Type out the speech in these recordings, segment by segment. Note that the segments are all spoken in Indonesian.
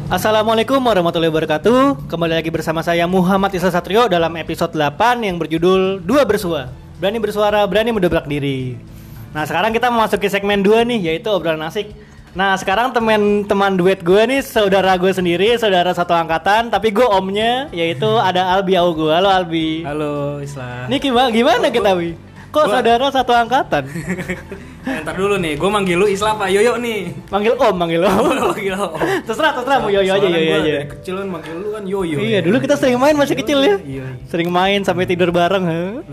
Assalamualaikum warahmatullahi wabarakatuh. Kembali lagi bersama saya Muhammad Isa Satrio dalam episode 8 yang berjudul Dua Bersua. Berani bersuara, berani mendobrak diri. Nah, sekarang kita memasuki segmen 2 nih, yaitu obrolan asik. Nah, sekarang teman-teman duet gue nih, saudara gue sendiri, saudara satu angkatan, tapi gue omnya, yaitu ada Albi Au gue. Halo Albi. Halo Isla. Nih gimana kita, Wi? Kok saudara satu angkatan? Ntar dulu nih, gue manggil lu Isla apa Yoyo nih. Manggil Om. Manggil Om. Terserah mau Yoyo aja, Yoyo aja. Dari kecil kan manggil lu kan Yoyo. Iya, dulu kita sering main masih kecil ya. Iya. Sering main sampai tidur bareng,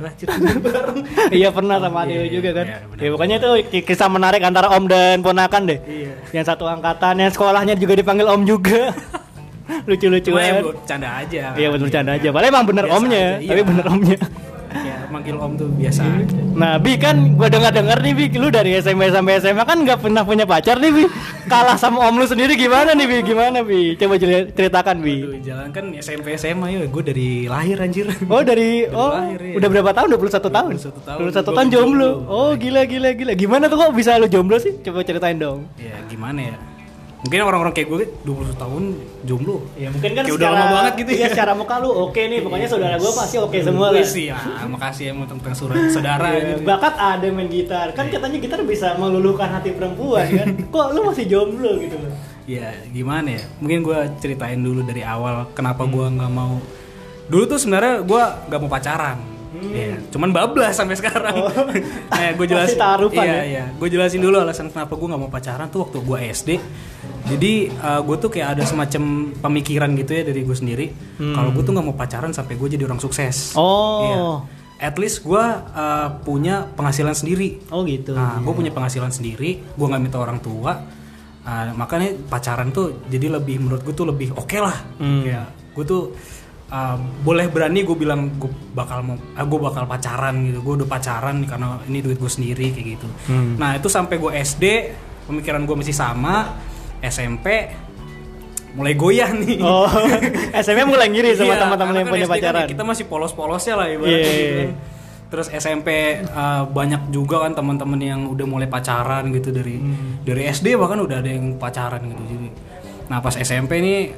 Iya, pernah sama Adeo juga kan. Ya pokoknya itu kisah menarik antara Om dan ponakan deh. Iya. Yang satu angkatan, yang sekolahnya juga dipanggil Om juga. Lucu-lucuan. Cuma canda aja. Iya, bener canda aja. Padahal emang bener biasa omnya, aja, tapi iya. bener omnya. Ya, manggil Om tuh biasa aja. Nah, Bi kan gua dengar nih, Bi, lu dari SMP sampai SMA kan nggak pernah punya pacar nih, Bi. Kalah sama om lu sendiri gimana nih, Bi? Gimana, Bi? Coba ceritakan, Bi. Aduh, jalan kan SMP SMA ya, gue dari lahir anjir. Oh, dari lahir, ya. Udah berapa tahun? 21 tahun. 21 tahun jomblo. Oh, gila. Gimana tuh kok bisa lu jomblo sih? Coba ceritain dong. Ya, gimana ya? Mungkin orang-orang kayak gue 21 tahun jomblo. Ya mungkin kan kayak udah lama banget gitu ya. Secara muka lu oke nih, pokoknya saudara gue pasti oke semua lah. Sih, makasih ya tentang saudara gitu. Bakat ada main gitar. Kan katanya gitar bisa meluluhkan hati perempuan kan. Kok lu masih jomblo gitu loh. Ya gimana ya, mungkin gue ceritain dulu dari awal kenapa gue nggak mau. Dulu tuh sebenarnya gue nggak mau pacaran. Ya, cuman bablas sampai sekarang. Gue jelasin. Iya. Gue jelasin dulu alasan kenapa gue nggak mau pacaran tuh waktu gue SD. Jadi gue tuh kayak ada semacam pemikiran gitu ya dari gue sendiri. Kalau gue tuh nggak mau pacaran sampai gue jadi orang sukses. Oh. Iya. At least gue punya penghasilan sendiri. Oh gitu. Nah, gue punya penghasilan sendiri. Gue nggak minta orang tua. Makanya pacaran tuh jadi lebih, menurut gue tuh lebih oke lah. Ya, gue tuh boleh berani gue bilang gue bakal pacaran gitu. Gue udah pacaran karena ini duit gue sendiri kayak gitu. Nah itu sampai gue SD pemikiran gue masih sama. SMP mulai goyah nih. Oh, SMP mulai ngiri sama iya, teman-teman yang kan punya SD pacaran. Kan kita masih polos-polosnya lah ibaratnya gitu kan. Terus SMP banyak juga kan teman-teman yang udah mulai pacaran gitu dari SD bahkan udah ada yang pacaran gitu. Jadi nah pas SMP nih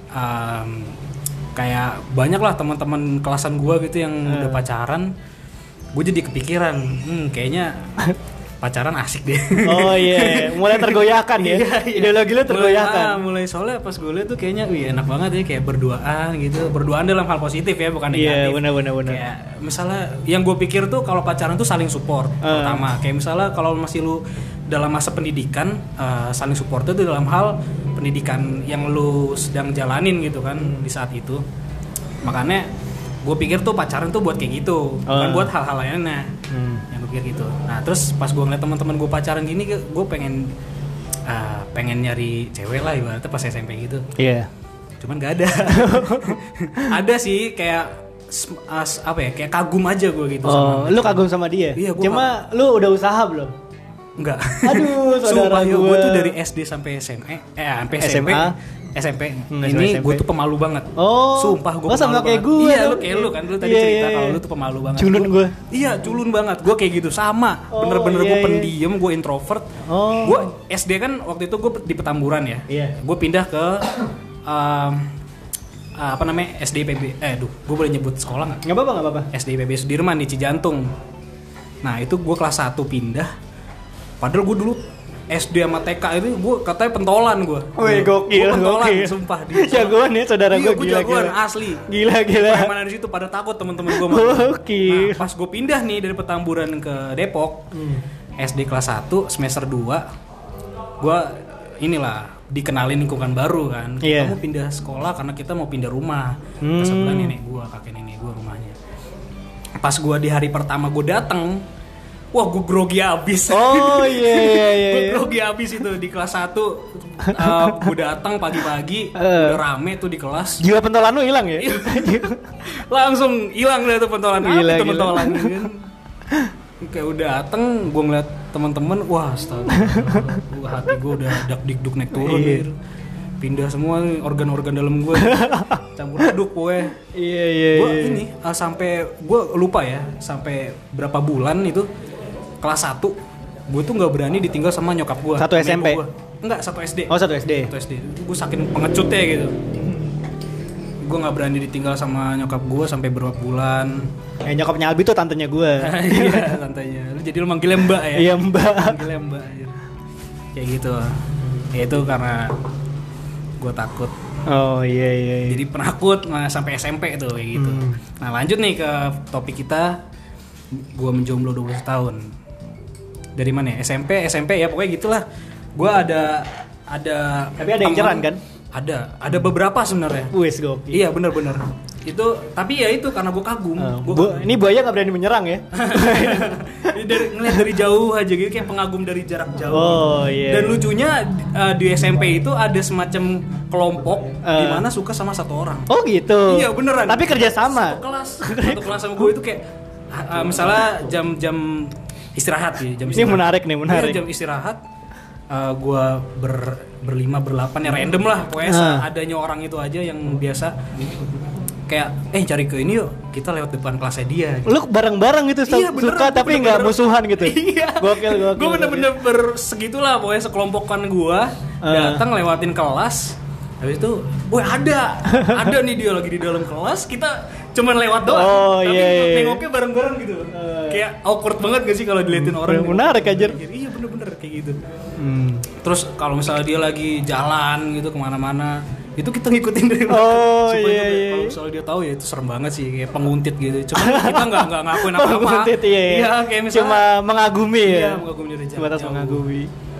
kayak banyak lah teman-teman kelasan gua gitu yang udah pacaran. Gue jadi kepikiran, kayaknya pacaran asik deh. Oh iya, mulai tergoyahkan ya. Ideologi lu tergoyahkan. Mulai soalnya pas gue liat tuh kayaknya enak banget ya, kayak berduaan gitu. Berduaan dalam hal positif ya, bukan negatif. Iya, benar. Kayak misalnya yang gue pikir tuh kalau pacaran tuh saling support pertama. Kayak misalnya kalau masih lu dalam masa pendidikan, saling support itu dalam hal pendidikan yang lu sedang jalanin gitu kan di saat itu. Makanya gue pikir tuh pacaran tuh buat kayak gitu, bukan buat hal-hal lainnya. Yang gue pikir gitu. Nah terus pas gue ngeliat teman-teman gue pacaran gini, gue pengen nyari cewek lah ibaratnya pas SMP gitu. Iya. Cuman gak ada. Ada sih kayak kayak kagum aja gue gitu. Oh, lu kagum sama dia? Iya, cuma lu udah usaha belum? Enggak. Aduh, saudara gue tuh dari SD sampai sampai SMP. Ini gue tuh pemalu banget. Oh. Sumpah gue. Sama kayak gue. Iya, lu kan lu tadi cerita kalau lu tuh pemalu banget. Culun gue. Iya, culun banget. Gue kayak gitu sama. Bener-bener gue pendiam, gue introvert. Gue SD kan waktu itu gue di Petamburan ya. Iya. Gue pindah ke SD PB. Gue boleh nyebut sekolah nggak? Nggak apa-apa. SD PB Sudirman di Cijantung. Nah itu gue kelas 1 pindah. Padahal gue dulu SD sama TK itu gue katanya pentolan gue. Wih, gokil. Pentolan, sumpah. Jagoan ya saudara gue, gila. Jagoan asli. Gila. Mana di situ pada takut teman-teman gue. Oke. Nah, pas gue pindah nih dari Petamburan ke Depok, SD kelas 1 semester 2, gue dikenalin lingkungan baru kan. Kita mau pindah sekolah karena kita mau pindah rumah ke sebelah kakek nenek gue rumahnya. Pas gue di hari pertama gue datang, wah gue grogi abis. Oh iya. Gue grogi abis itu di kelas 1. Gue datang pagi-pagi, udah rame tuh di kelas. Jiwa pentolan lu hilang ya? Langsung hilang deh tuh pentolan. Gila. Pentolan kan. Kayak udah dateng, gue ngeliat teman-teman, wah astaga, hati gue udah dak-dik-duk naik turun gitu. Pindah semua organ-organ dalam gue, campur aduk gue. Iya. Gue ini sampai gue lupa ya, sampai berapa bulan itu kelas 1 gue tuh nggak berani ditinggal sama nyokap gue. Satu SMP? Enggak, satu SD. Oh, satu SD. Satu SD. Gue saking pengecutnya gitu. Gue nggak berani ditinggal sama nyokap gue sampai berapa bulan. Nyokapnya Albi tuh tantenya gue. Iya, tantenya. Jadi lu manggilnya Mbak ya? Iya, Mbak. Manggilnya Mbak aja. Kayak gitu. Ya itu karena gue takut. Oh iya. Jadi penakut sampai SMP itu kayak gitu. Nah lanjut nih ke topik kita. Gue menjomblo 20 tahun. Dari mana ya? SMP ya pokoknya gitulah. Gue ada. Tapi ada yang ceran kan? Ada beberapa sebenarnya. Wes gokil. Iya benar. Itu tapi ya itu karena gue kagum. Ini buaya nggak berani menyerang ya? Ngeliat dari jauh aja gitu kayak pengagum dari jarak jauh. Oh iya. Dan lucunya di SMP itu ada semacam kelompok di mana suka sama satu orang. Oh gitu. Iya beneran. Tapi kerja sama. Satu kelas sama gue itu kayak misalnya jam istirahat ya. Ini menarik nih. Iya, jam istirahat. Gue berlima berlapan ya random lah pokoknya adanya orang itu aja yang biasa kayak cari ke ini yuk kita lewat depan kelasnya dia gitu. Lu bareng-bareng gitu iya, suka tapi nggak musuhan gitu. Iya. Gokil. Gue bener-bener bersegitulah pokoknya sekelompokan gue datang lewatin kelas. Habis itu, ada nih dia lagi di dalam kelas, kita cuman lewat doang, tapi nengoknya bareng-bareng gitu. Kayak awkward banget gak sih kalau diliatin orang? Menarik aja. Iya bener-bener kayak gitu. Terus kalau misalnya dia lagi jalan gitu kemana-mana, itu kita ngikutin dari belakang. Kalau misalnya dia tahu ya itu serem banget sih, kayak penguntit gitu. Cuma kita nggak ngakuin apa-apa. Penguntit iya, kayak misalnya cuma mengagumi ya. Iya, mengagumi dari jauh. Sebatas mengagumi.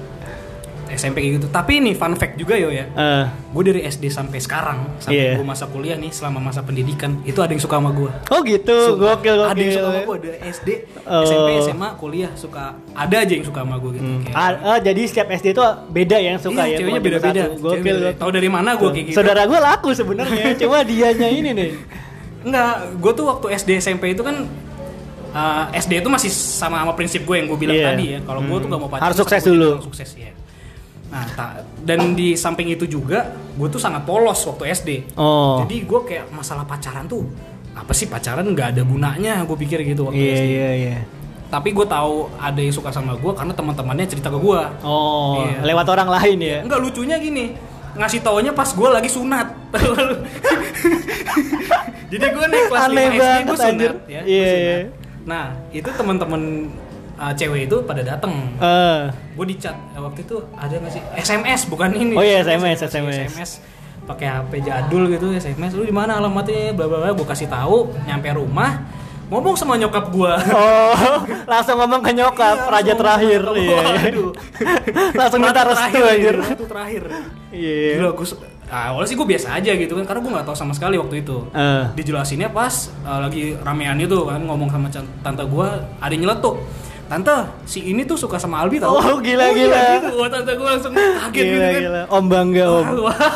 SMP gitu. Tapi ini fun fact juga ya. Gue dari SD sampai sekarang, sampai gue masa kuliah nih, selama masa pendidikan, itu ada yang suka sama gue. Oh gitu, gokil. Ada yang suka sama gue, dari SD, SMP, SMA, kuliah suka. Ada aja yang suka sama gue gitu. Jadi setiap SD itu beda yang suka ya. Ceweknya beda-beda. Gokil. Tahu dari mana gue kayak gitu? Saudara gue laku sebenarnya, cuma dianya ini nih. Enggak, gue tuh waktu SD SMP itu kan SD itu masih sama prinsip gue yang gue bilang tadi ya. Kalau gue tuh gak mau pacaran, harus sukses dulu. Sukses ya. Nah, dan di samping itu juga gue tuh sangat polos waktu SD. Jadi gue kayak masalah pacaran tuh apa sih, pacaran nggak ada gunanya, gue pikir gitu waktu SD. Iya. Tapi gue tahu ada yang suka sama gue karena teman-temannya cerita ke gue. Lewat orang lain ya? Enggak, lucunya gini, ngasih taunya pas gue lagi sunat. Jadi gue naik kelas 5 SD gue sunat ya. Sunat. Nah itu teman-teman cewek itu pada dateng. Gue di chat waktu itu ada nggak sih SMS, bukan ini. Oh iya, SMS. Pakai HP jadul gitu, SMS. Lu di mana alamatnya? Bla bla bla. Gue kasih tahu. Nyampe rumah, ngomong sama nyokap gue. Langsung ngomong ke nyokap. Raja terakhir. Iya. Langsung minta restu anjir. Itu terakhir. Iya. Awalnya sih gue biasa aja gitu kan, karena gue nggak tahu sama sekali waktu itu. Dijelasinnya pas lagi ramean itu kan, ngomong sama tante gue, ada yang nyeletuk. Tante, si ini tuh suka sama Albi tau? Oh gila. Iya gitu. Tante gue langsung kaget gitu kan. Gila. Om bangga om.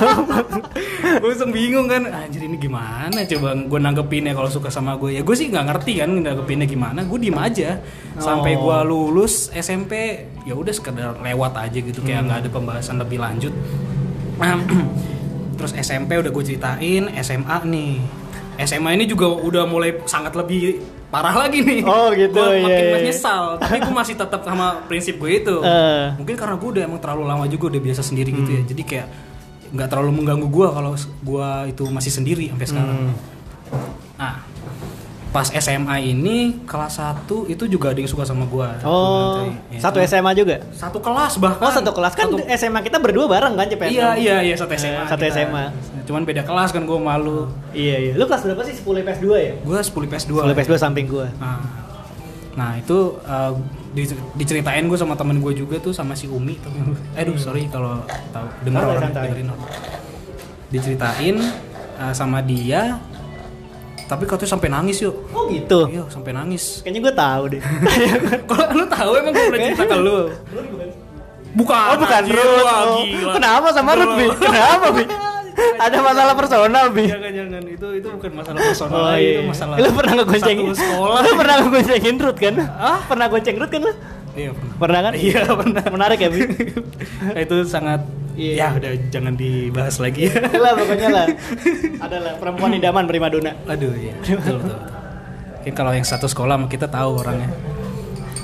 Gue langsung bingung kan. Anjir ini gimana coba gue nanggepinnya kalau suka sama gue. Ya gue sih gak ngerti kan nanggepinnya gimana. Gue diem aja. Sampai gue lulus SMP. Ya udah sekedar lewat aja gitu. Kayak gak ada pembahasan lebih lanjut. Terus SMP udah gue ceritain. SMA nih. SMA ini juga udah mulai sangat lebih parah lagi nih. Oh gitu. Gue makin menyesal, tapi gue masih tetap sama prinsip gue itu. Mungkin karena gue udah emang terlalu lama juga udah biasa sendiri gitu ya. Jadi kayak nggak terlalu mengganggu gue kalau gue itu masih sendiri sampai sekarang. Nah, pas SMA ini kelas 1 itu juga ada yang suka sama gue. Satu SMA juga? Satu kelas bahkan. Oh satu kelas kan SMA kita berdua bareng kan CPNS? Iya satu SMA. Satu SMA. Cuman beda kelas kan, gue malu. Iya. Lu kelas berapa sih? 10 IPS 2 ya? Gue 10 IPS 2. 10 IPS 2 samping gue. Nah itu diceritain gue sama temen gue juga tuh, sama si Umi. Sorry kalau tahu dengar orang dengerin. Diceritain sama dia. Tapi katanya sampai nangis yuk. Oh gitu? Iya sampai nangis. Kayaknya gue tahu deh. Kalau lu tahu emang gue pernah cerita ke lu. Bukan. Oh bukan Ruth. Kenapa sama Ruth Bi? Kenapa Bi? Ada masalah personal Bi? Jangan. Itu bukan masalah personal. Itu masalah. Lu pernah ngegoncengin sekolah. Lu pernah ngegoncengin Ruth kan? Pernah gonceng Ruth kan lu? Iya pernah. Pernah kan? Iya pernah. Menarik ya Bi? Itu sangat. Ya udah jangan dibahas lagi. Lah pokoknya lah. Adalah perempuan idaman primadona. Aduh iya. Betul. Mungkin kalau yang satu sekolah kita tahu orangnya.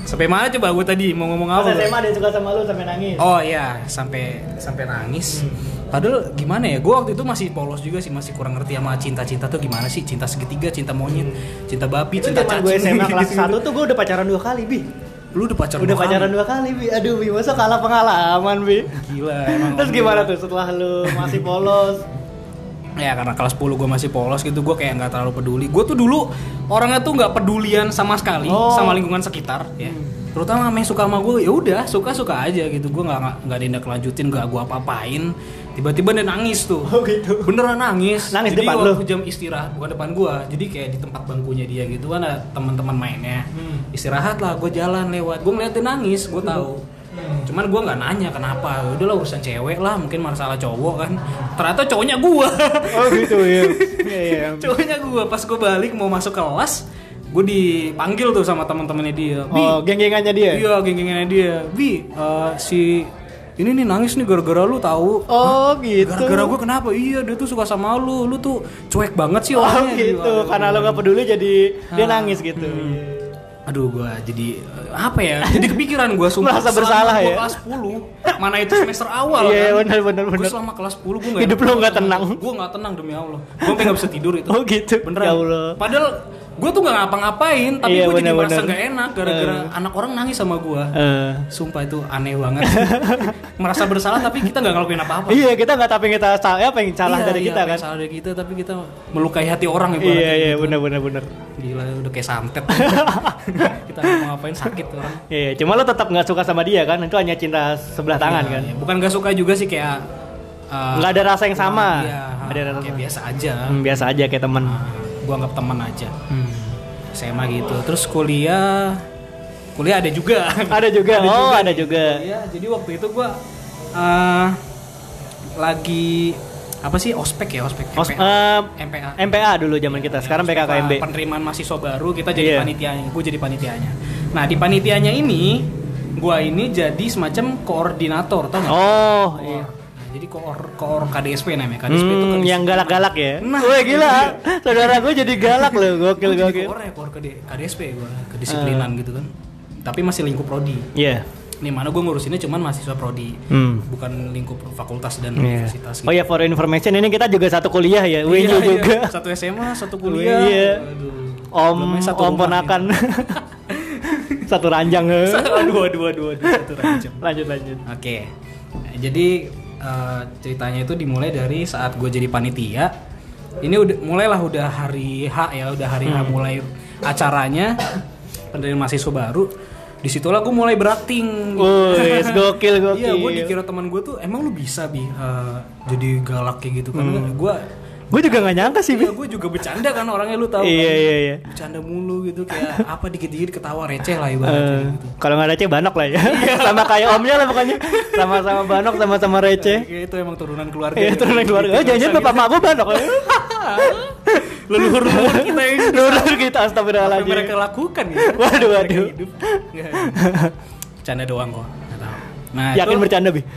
Sampai mana coba gue tadi mau ngomong Pas apa? SMA dia suka sama lu sampai nangis. Oh iya, sampai nangis. Padahal gimana ya? Gue waktu itu masih polos juga sih, masih kurang ngerti sama cinta-cinta tuh gimana sih? Cinta segitiga, cinta monyet, cinta babi, Itu cinta zaman cacing. gue SMA kelas gitu. 1 tuh gue udah pacaran 2 kali, Bi. Lu udah pacaran? Udah pacaran 2 kali, Bi. Aduh, Bi, masa kalah pengalaman, Bi. Gila emang. Terus gimana tuh setelah lu masih polos? Ya karena kelas 10 gue masih polos gitu, gue kayak nggak terlalu peduli. Gue tuh dulu orangnya tuh nggak pedulian sama sekali sama lingkungan sekitar, ya. Terutama sama yang suka sama gue, ya udah suka aja gitu. Gue nggak tindak lanjutin, nggak gue apa-apain. Tiba-tiba dia nangis tuh. Oh gitu. Beneran nangis. Nangis jadi depan waktu lu? jam istirahat, bukan depan gue. Jadi kayak di tempat bangkunya dia gitu kan ada teman-teman mainnya. Istirahat lah, gue jalan lewat. Gue ngeliat dia nangis, gue tahu. Cuman gue nggak nanya kenapa, udahlah urusan cewek lah, mungkin masalah cowok kan. Ternyata cowoknya gue. Oh gitu ya. Iya. Cowoknya gue pas gue balik mau masuk kelas, gue dipanggil tuh sama teman-temannya dia. Bi, Oh, geng-gengannya dia. iya geng-gengannya dia. Bi, si ini nih nangis nih gara-gara lu tahu. Oh gitu. Gara-gara gue kenapa? Iya dia tuh suka sama lu tuh cuek banget sih Oh orangnya. gitu. Karena lo gak peduli jadi dia nangis gitu. Aduh gue jadi apa ya? Jadi kepikiran gue sumpah. Merasa bersalah selama ya? Gue kelas 10. Mana itu semester awal Iya, kan? benar. Gue selama kelas 10 gue Hidup lu nggak tenang. Gue nggak tenang demi Allah. Gue sampai nggak bisa tidur itu. Oh gitu. Beneran. Ya Allah. Padahal gue tuh nggak ngapa-ngapain, tapi Iya, gue jadi bener-bener. merasa nggak enak gara-gara anak orang nangis sama gue. Sumpah itu aneh banget. Merasa bersalah tapi kita nggak ngelakuin apa-apa. Iya, kita nggak tapi kita apa yang salah Iya, dari iya, kita apa kan. yang salah dari kita tapi kita melukai hati orang ya. Iya, benar. Gila udah kayak santet. Kita mau ngapain sakit orang. Iya, cuma lo tetap nggak suka sama dia kan? Itu hanya cinta sebelah tangan Iya, kan? iya. Bukan gak suka juga sih kayak Nggak ada rasa yang sama. Iya, Ada rasa kayak sama. biasa aja. Biasa aja kayak teman. Gua anggap teman aja. SMA gitu. Terus kuliah ada juga. Ada juga. Ada juga. Kuliah, jadi waktu itu gua lagi apa sih ospek MPA. MPA dulu zaman kita. Sekarang PKKMB. Penerimaan mahasiswa baru kita jadi Iya. panitianya. Gue jadi panitianya. Nah di panitianya ini, gue ini jadi semacam koordinator, tau nggak? Oh, iya. Nah, jadi koor KDSP namanya. KDSP itu Yang galak-galak ya. Nah, Wah gila. iya. Saudara gue jadi galak loh. Gokil. Koor KDSP gue, kedisiplinan gitu kan. Tapi masih lingkup prodi. Iya. Nih mana gue ngurusinnya cuman mahasiswa prodi, bukan lingkup fakultas dan Iya. universitas. Oh ya, for information ini kita juga satu kuliah ya. Iya, juga. Satu SMA, satu kuliah. Iya. Belum main satu Om rumah ponakan. Satu ranjang. Aduh, satu ranjang. Lanjut. Oke. Jadi ceritanya itu dimulai dari saat gue jadi panitia. Ini udah hari H ya, udah hari H mulai acaranya penerimaan mahasiswa baru. Disitulah gue mulai berakting. Wih, gokil. Iya, gue dikira teman gue tuh emang lu bisa jadi galak kayak gitu kan. Gue juga gak nyangka sih, Bi. Iya, gue juga bercanda kan orangnya lu tahu. Iya. Bercanda mulu gitu kayak apa dikit-dikit ketawa receh lah ibaratnya gitu. Kalau nggak receh banok lah ya. Sama kayak omnya lah pokoknya. Sama-sama banok, sama-sama receh. Kayak itu emang turunan keluarga. Iya, turunan keluarga. Oh, jangan-jangan bapak mak gue banok. Leluhur kita ini Leluhur kita, apa astagfirullahaladzim. yang mereka lakukan ya. Waduh. Hidup. Nggak. Bercanda doang kok. Nggak tahu. Nah, Yakin itu bercanda, Bi?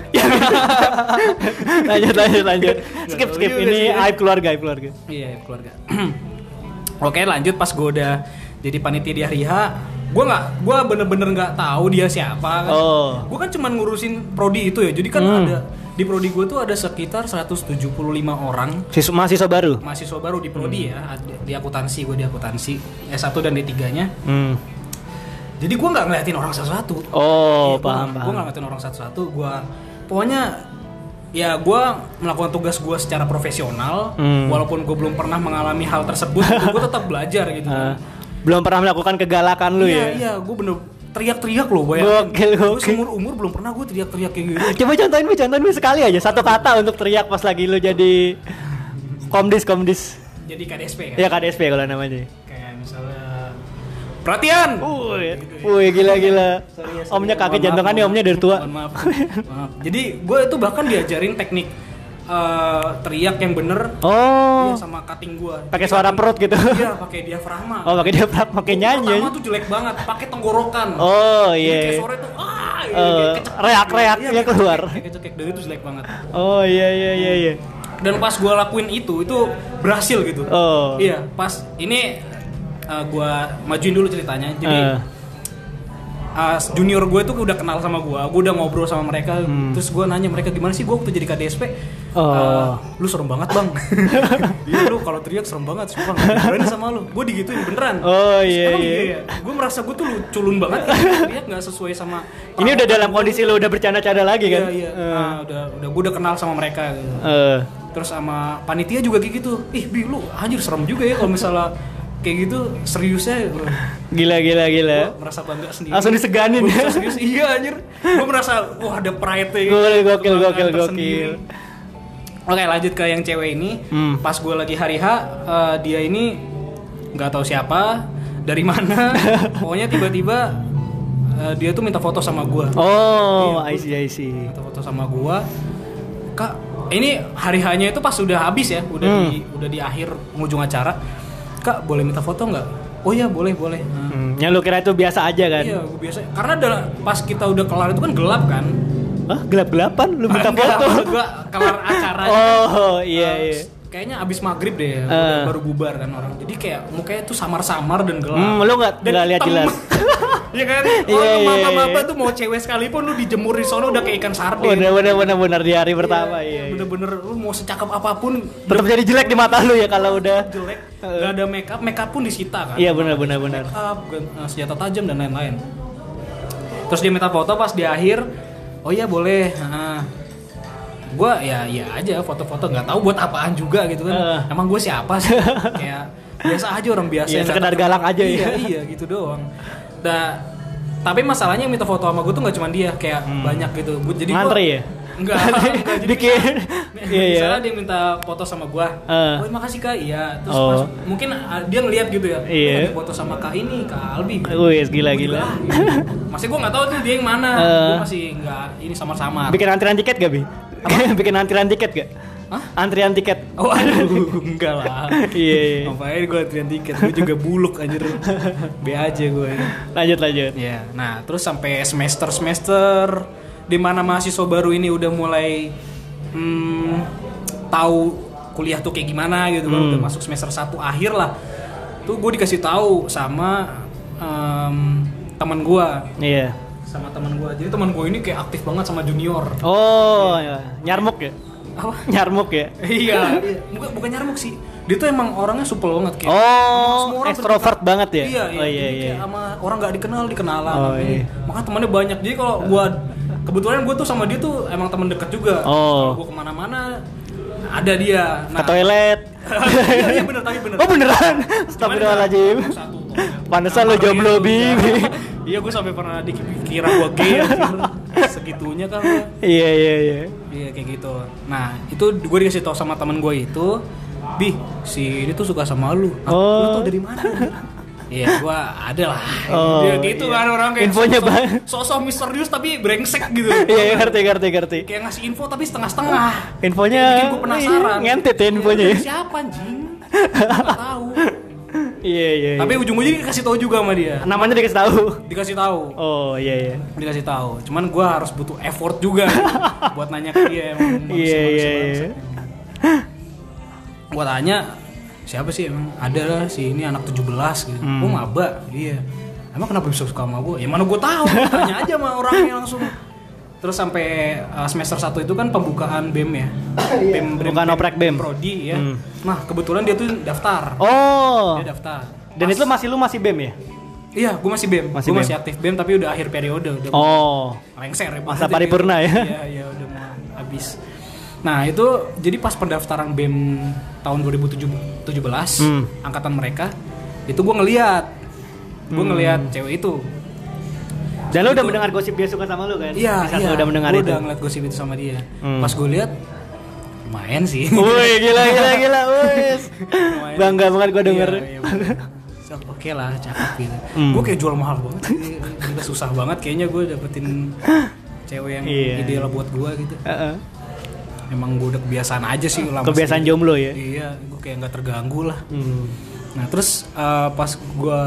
Lanjut. Skip. tahu juga Ini sih. aib keluarga. Iya, keluarga. Oke, lanjut pas gue udah jadi panitia di hari H, gue bener-bener nggak tahu dia siapa kan. Gue kan cuma ngurusin prodi itu ya. Jadi kan ada di prodi gue tuh ada sekitar 175 orang Mahasiswa baru. mahasiswa baru di prodi ya, di akuntansi. Gue di akuntansi S1 dan D3-nya. Jadi gue nggak ngeliatin orang satu-satu. Oh, Iya, paham. Gue nggak ngeliatin orang satu-satu. Pokoknya ya gue melakukan tugas gue secara profesional. Walaupun gue belum pernah mengalami hal tersebut, gue tetap belajar gitu. Belum pernah melakukan kegalakan lu ya? Iya, gue bener teriak-teriak loh, bayangin. Gokil. Gue seumur umur belum pernah gue teriak-teriak kayak gitu. Coba contohin Bi sekali aja. Satu kata untuk teriak pas lagi lu jadi komdis. Jadi KDSP kan? Ya KDSP kalau namanya. Kayak misalnya perhatian. Wih, gila. Omnya kaki jantungan nih, omnya dari tua. Maaf. Jadi gue itu bahkan diajarin teknik teriak yang bener. Oh. Iya, sama cutting gue. Pakai suara perut gitu. Iya, pakai diafragma. Oh, pakai diafragma, pakai nyanyi. Pertama tuh jelek banget, pakai tenggorokan. Oh, Jadi iya. kayak sore tuh kayak kecekek. Reak-reaknya Iya, keluar. Kayak kecekek, dan itu jelek banget. Oh, iya. Dan pas gue lakuin itu berhasil gitu. Oh. Iya, pas ini gue majuin dulu ceritanya. Jadi junior gue tuh udah kenal sama gue udah ngobrol sama mereka, terus gue nanya mereka gimana sih gue waktu jadi KDSP. Lu serem banget bang. Iya lu kalau teriak serem banget, sumpah nggak berani sama lu. Gue digituin beneran. Iya. Gue merasa gue tuh culun banget, teriak nggak sesuai sama. Ini udah dalam kondisi lu udah bercanda-canda lagi kan? Iya. Udah gue udah kenal sama mereka. Gitu. Terus sama panitia juga kayak gitu. Bi lu anjir serem juga ya kalau misalnya kayak gitu seriusnya. Gila. Gue merasa bangga sendiri. Langsung diseganin. Gue serius, iya anjir. Gue merasa wah ada pride-nya gitu. Gokil. Oke, lanjut ke yang cewek ini. Pas gue lagi hari H, dia ini nggak tahu siapa, dari mana. Pokoknya tiba-tiba dia tuh minta foto sama gue. I see. Minta foto sama gue. Kak, ini hari H-nya itu pas udah habis ya, udah di akhir penghujung acara. Kak, boleh minta foto nggak? Oh iya, boleh. Yang lu kira itu biasa aja kan? Iya, gue biasa. Karena pas kita udah kelar itu kan gelap kan. Hah? Gelap-gelapan? Lu minta foto? Gue kelar acaranya. Iya. Kayaknya abis maghrib deh, baru bubar kan orang. Jadi kayak mukanya tuh samar-samar dan gelap. Lu nggak lihat jelas. Iya kan? Maba-maba tuh mau cewek sekalipun lu dijemur di sono udah kayak ikan sardin. Bener di hari pertama. Iya. Bener-bener lu mau secakep apapun tetap jadi jelek di mata lu ya kalau udah jelek. Gak ada make up pun disita kan. Iya benar. Make up, senjata tajam dan lain-lain. Terus dia minta foto pas di akhir. Oh iya boleh. Gue ya aja foto-foto, nggak tahu buat apaan juga gitu kan. Emang gue siapa sih? Kayak biasa aja orang biasa. Iya, sekedar galak aja ya. Iya gitu doang. Tapi masalahnya yang minta foto sama gue tuh nggak cuma dia, kayak banyak gitu. Jadi ngantri ya? Enggak. Dikit. Misalnya dia minta foto sama gue. Oh makasih kak. Iya. Terus mungkin dia ngeliat gitu ya. Iya. Foto sama kak ini, kak Albi. Wih, gila. Gitu. Masih gue nggak tahu tuh dia yang mana. Gue masih nggak ini samar-samar. Bikin antrian tiket gak, Bi? Bikin antrian tiket gak? Hah? Antrian tiket? Oh aduh, enggak lah. Iya. Ngapain gue antrian tiket? Gue juga buluk anjir. B aja gue. Lanjut. Iya. Nah, terus sampai semester di mana mahasiswa baru ini udah mulai tahu kuliah tuh kayak gimana gitu kan, udah masuk semester 1 akhir lah. Tuh gue dikasih tahu sama teman gue. Iya. Sama teman gue. Jadi teman gue ini kayak aktif banget sama junior. Iya. Nyarmuk ya? Apa? Nyarmuk ya? Iya. Bukan nyarmuk sih. Dia tuh emang orangnya supel banget kayak. Extrovert banget ya? Iya. Kayak sama orang nggak dikenalan. Iya. Makanya temannya banyak. Jadi kalau gue kebetulan gue tuh sama dia tuh emang teman dekat juga. Kalau gue kemana-mana ada dia. Ke toilet. Iya bener. Oh beneran? Astagfirullahaladzim. Pantesan lo jomblo, Bi. Iya, gue sampai pernah dikira gue gay segitunya kan. Iya. Iya kayak gitu. Nah itu gue dikasih tau sama teman gue itu, Bi, si ini tuh suka sama lu. Lu tau dari mana? Iya, gue ada lah. Gitu kan orang kayak infonya sosok misterius tapi brengsek gitu. Iya, ngerti. Kayak ngasih info tapi setengah-setengah. Infonya bikin gue penasaran. Ngentit ya infonya. Siapa anjing? Gak tahu. Iya. Tapi ujung-ujungnya dikasih tahu juga sama dia. Namanya dikasih tahu. Oh iya. Dikasih tahu. Cuman gue harus butuh effort juga buat nanya ke dia emang. Iya. Gue tanya, siapa sih emang? Ada lah si ini anak 17 gitu. Oh maba. Iya. Emang kenapa bisa suka sama gue? Ya mana gue tahu. Tanya aja sama orangnya langsung. Terus sampai semester 1 itu kan pembukaan BEM ya. Bukan oprek BEM. Prodi ya. Nah, kebetulan dia tuh daftar. Dia daftar. Dan itu lu masih BEM ya? Iya, gue masih BEM. Gue masih aktif BEM tapi udah akhir periode, udah lengser ya. Masa paripurna ya? Iya, udah mau habis. Nah, itu jadi pas pendaftaran BEM tahun 2017, angkatan mereka, itu gue ngeliat cewek itu. Dan lo udah mendengar gosip dia suka sama lo kan? Iya. Udah mendengar itu. Gue udah ngeliat gosip itu sama dia. Pas gue lihat, lumayan sih. Wih, gila. Wih. Bangga banget gue denger. Iya, oke lah, cakep gitu. Gue kayak jual mahal banget. Gila susah banget kayaknya gue dapetin cewek yang ideal buat gue gitu. Emang gue udah kebiasaan aja sih lama. Kebiasaan jomblo ya? Iya, gue kayak nggak terganggu lah. Nah terus pas gue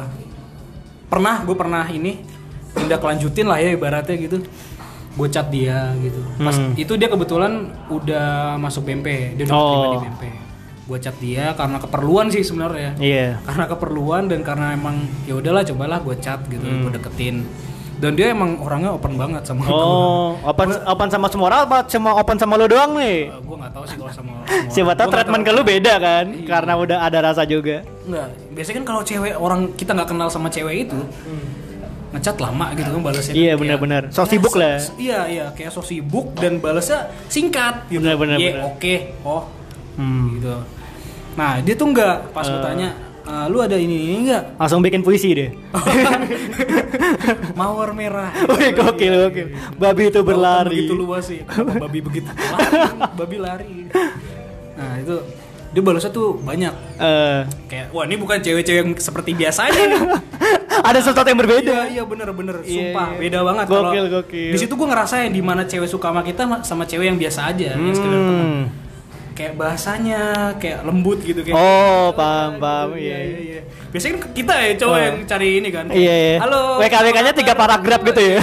pernah ini tindak lanjutin lah ya ibaratnya gitu. Gue chat dia gitu. Pas itu dia kebetulan udah masuk BMP, dia udah terima di BMP. Gue chat dia karena keperluan sih sebenarnya. Iya. Karena keperluan dan karena emang ya udahlah cobalah gue chat gitu, gue deketin. Dan dia emang orangnya open banget sama gue. Open sama semua orang apa cuma open sama lu doang nih? Gue nggak tahu sih kalau sama Siapa tahu treatment ke lu beda kan? Iya. Karena udah ada rasa juga. Enggak, biasanya kan kalau cewek orang kita nggak kenal sama cewek itu ngechat lama gitu kan balasnya. Iya benar-benar. So sibuk lah. Iya kayak so sibuk dan balasnya singkat. Gitu. Benar. Oke. Gitu. Nah dia tuh nggak pas gue tanya. Lu ada ini enggak? Langsung bikin puisi deh. Mawar merah. Wih, gokil. Babi itu berlari. Begitu luas sih. Babi begitu lari, babi lari. Nah, itu dia balasnya tuh banyak. Kayak wah, ini bukan cewek-cewek yang seperti biasanya nih. Ada sesuatu yang berbeda. Iya bener. Sumpah, beda banget. Gokil. Di situ gue ngerasain di mana cewek suka sama kita sama cewek yang biasa aja, yang sekedar teman. Kayak bahasanya kayak lembut gitu kayak. Paham. Iya. Biasanya kan kita ya cowok yang cari ini kan. Iya. Halo. WK-nya 3 paragraf gitu ya.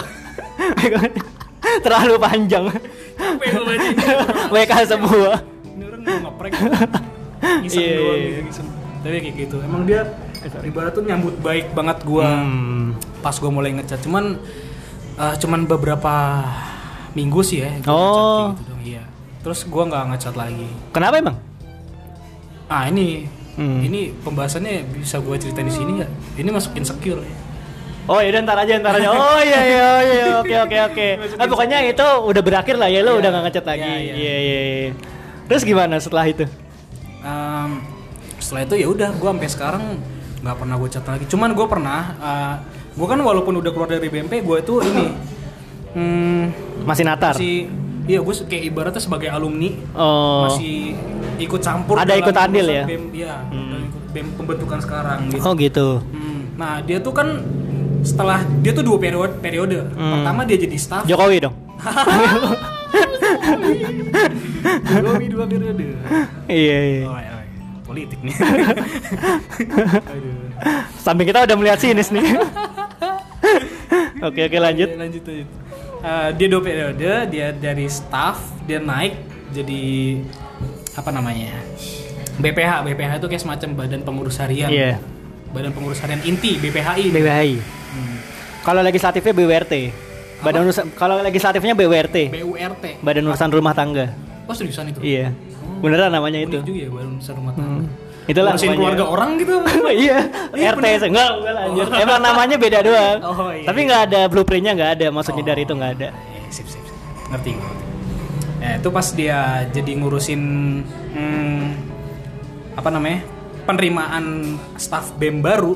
Terlalu panjang. Capek gue baca. WK semua. Ini orang mau ngeprank. Ngiseng doang gitu. Tapi kayak gitu. Emang dia ibarat tuh nyambut baik banget gua. Pas gua mulai ngechat. Cuman beberapa minggu sih ya. Gua ngechat kayak gitu dong. Iya. Terus gue nggak ngechat lagi. Kenapa emang? Ini pembahasannya bisa gue ceritain di sini nggak? Ini masuk insecure ya. Oh iya, ntar aja. Oh iya, oke. Pokoknya itu udah berakhir lah ya, lo udah nggak ngechat lagi. Iya. Terus gimana setelah itu? Setelah itu ya udah, gue sampai sekarang nggak pernah gue chat lagi. Cuman gue pernah, gue kan walaupun udah keluar dari BMP, gue itu ini masih natar. Iya, gue kayak ibaratnya sebagai alumni masih ikut campur. Ada ikut andil ya? BEM, iya, ikut BEM pembentukan sekarang. Gitu. Oh gitu. Nah dia tuh kan setelah dia tuh 2 periode. Pertama dia jadi staff. Jokowi dong. Jokowi 2 periode. Iya. Politik nih. Samping kita udah melihat sinis nih. Oke, lanjut. Dia 2 periode, dia dari staff, dia naik jadi apa namanya? BPH itu kayak semacam badan pengurus harian. Iya. Badan pengurus harian inti BPHI. Kalau legislatifnya BWRT. Kalau legislatifnya BWRT. Badan urusan rumah tangga. Oh, seriusan itu? Iya. Beneran namanya itu. Unik juga ya badan urusan rumah tangga. Itulah ngurusin keluarga orang gitu. Iya. RT enggak lanjut. Emang namanya beda doang. Iya. Tapi enggak ada blueprintnya, enggak ada. Maksudnya dari itu enggak ada. Sip. Ngerti. Itu pas dia jadi ngurusin penerimaan staf BEM baru,